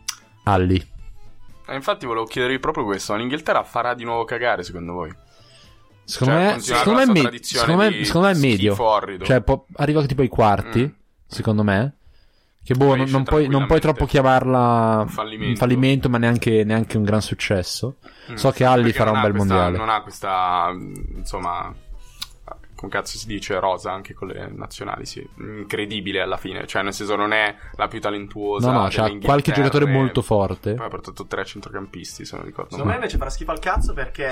Alli. Infatti volevo chiedervi proprio questo, l'Inghilterra farà di nuovo cagare secondo voi? Secondo me è medio. Cioè arriva tipo ai quarti, secondo me. Che non puoi troppo chiamarla un fallimento, ma neanche un gran successo. So che Alli farà un bel mondiale. Non ha questa, insomma, come cazzo si dice, rosa anche con le nazionali, sì, incredibile alla fine, cioè nel senso non è la più talentuosa. No, c'ha qualche giocatore molto forte. Poi ha portato 3 centrocampisti, se non ricordo. Secondo me invece farà schifo al cazzo perché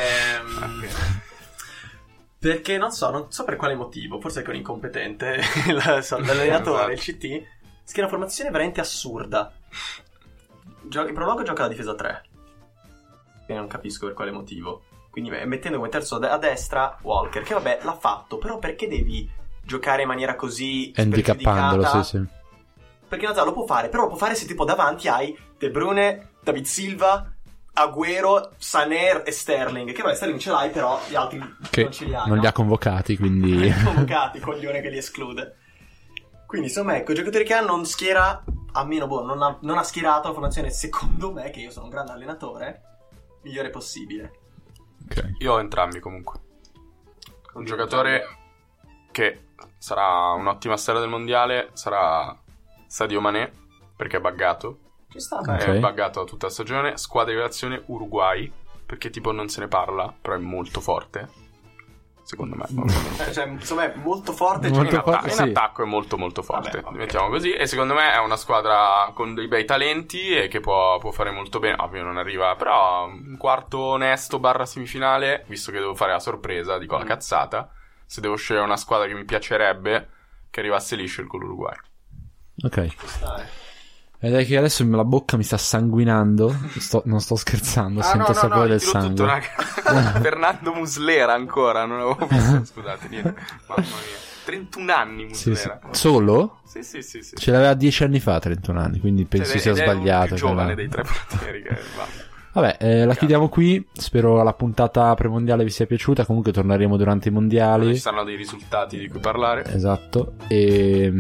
perché non so per quale motivo, forse è che è un incompetente l'allenatore, il CT schiera una formazione veramente assurda. In prologo gioca la difesa 3 e non capisco per quale motivo. Quindi mettendo come terzo a destra Walker, che vabbè l'ha fatto, però perché devi giocare in maniera così handicappandolo, sì. Perché in realtà lo può fare, però lo può fare se tipo davanti hai De Bruyne, David Silva, Agüero, Sané e Sterling. Che vabbè, Sterling ce l'hai, però gli altri non ce li hai. Non li ha convocati, quindi non li ha convocati, coglione che li esclude. Quindi insomma ecco, i giocatori che ha non schiera, almeno non ha schierato la formazione, secondo me, che io sono un grande allenatore, migliore possibile. Okay. Io ho entrambi comunque. Un giocatore che sarà un'ottima stella del mondiale sarà Sadio Mané, perché è buggato. Ci sta, è buggato tutta la stagione. Squadra di relazione Uruguay, perché tipo non se ne parla, però è molto forte, secondo me. Cioè insomma è molto forte, in attacco è molto molto forte. Vabbè, mettiamo così. E secondo me è una squadra con dei bei talenti e che può fare molto bene. Ovvio non arriva, però un quarto onesto / semifinale, visto che devo fare la sorpresa, dico la cazzata. Se devo scegliere una squadra che mi piacerebbe che arrivasse lì, scelgo l'Uruguay. Ok. Ed è che adesso la bocca mi sta sanguinando. Non sto scherzando, sento il sapore del sangue. Fernando Muslera ancora, non avevo visto, scusate, niente. Mamma mia. 31 anni Muslera. Sì. Solo? Sì. Ce l'aveva 10 anni fa, 31 anni, quindi penso sia sbagliato. È il più giovane dei tre portieri che Vabbè, la chiudiamo qui. Spero la puntata premondiale vi sia piaciuta. Comunque torneremo durante i mondiali. Ci saranno dei risultati di cui parlare. Esatto. E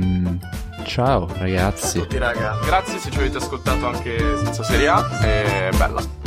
ciao ragazzi. Ciao a tutti, raga. Grazie se ci avete ascoltato anche senza Serie A. Bella.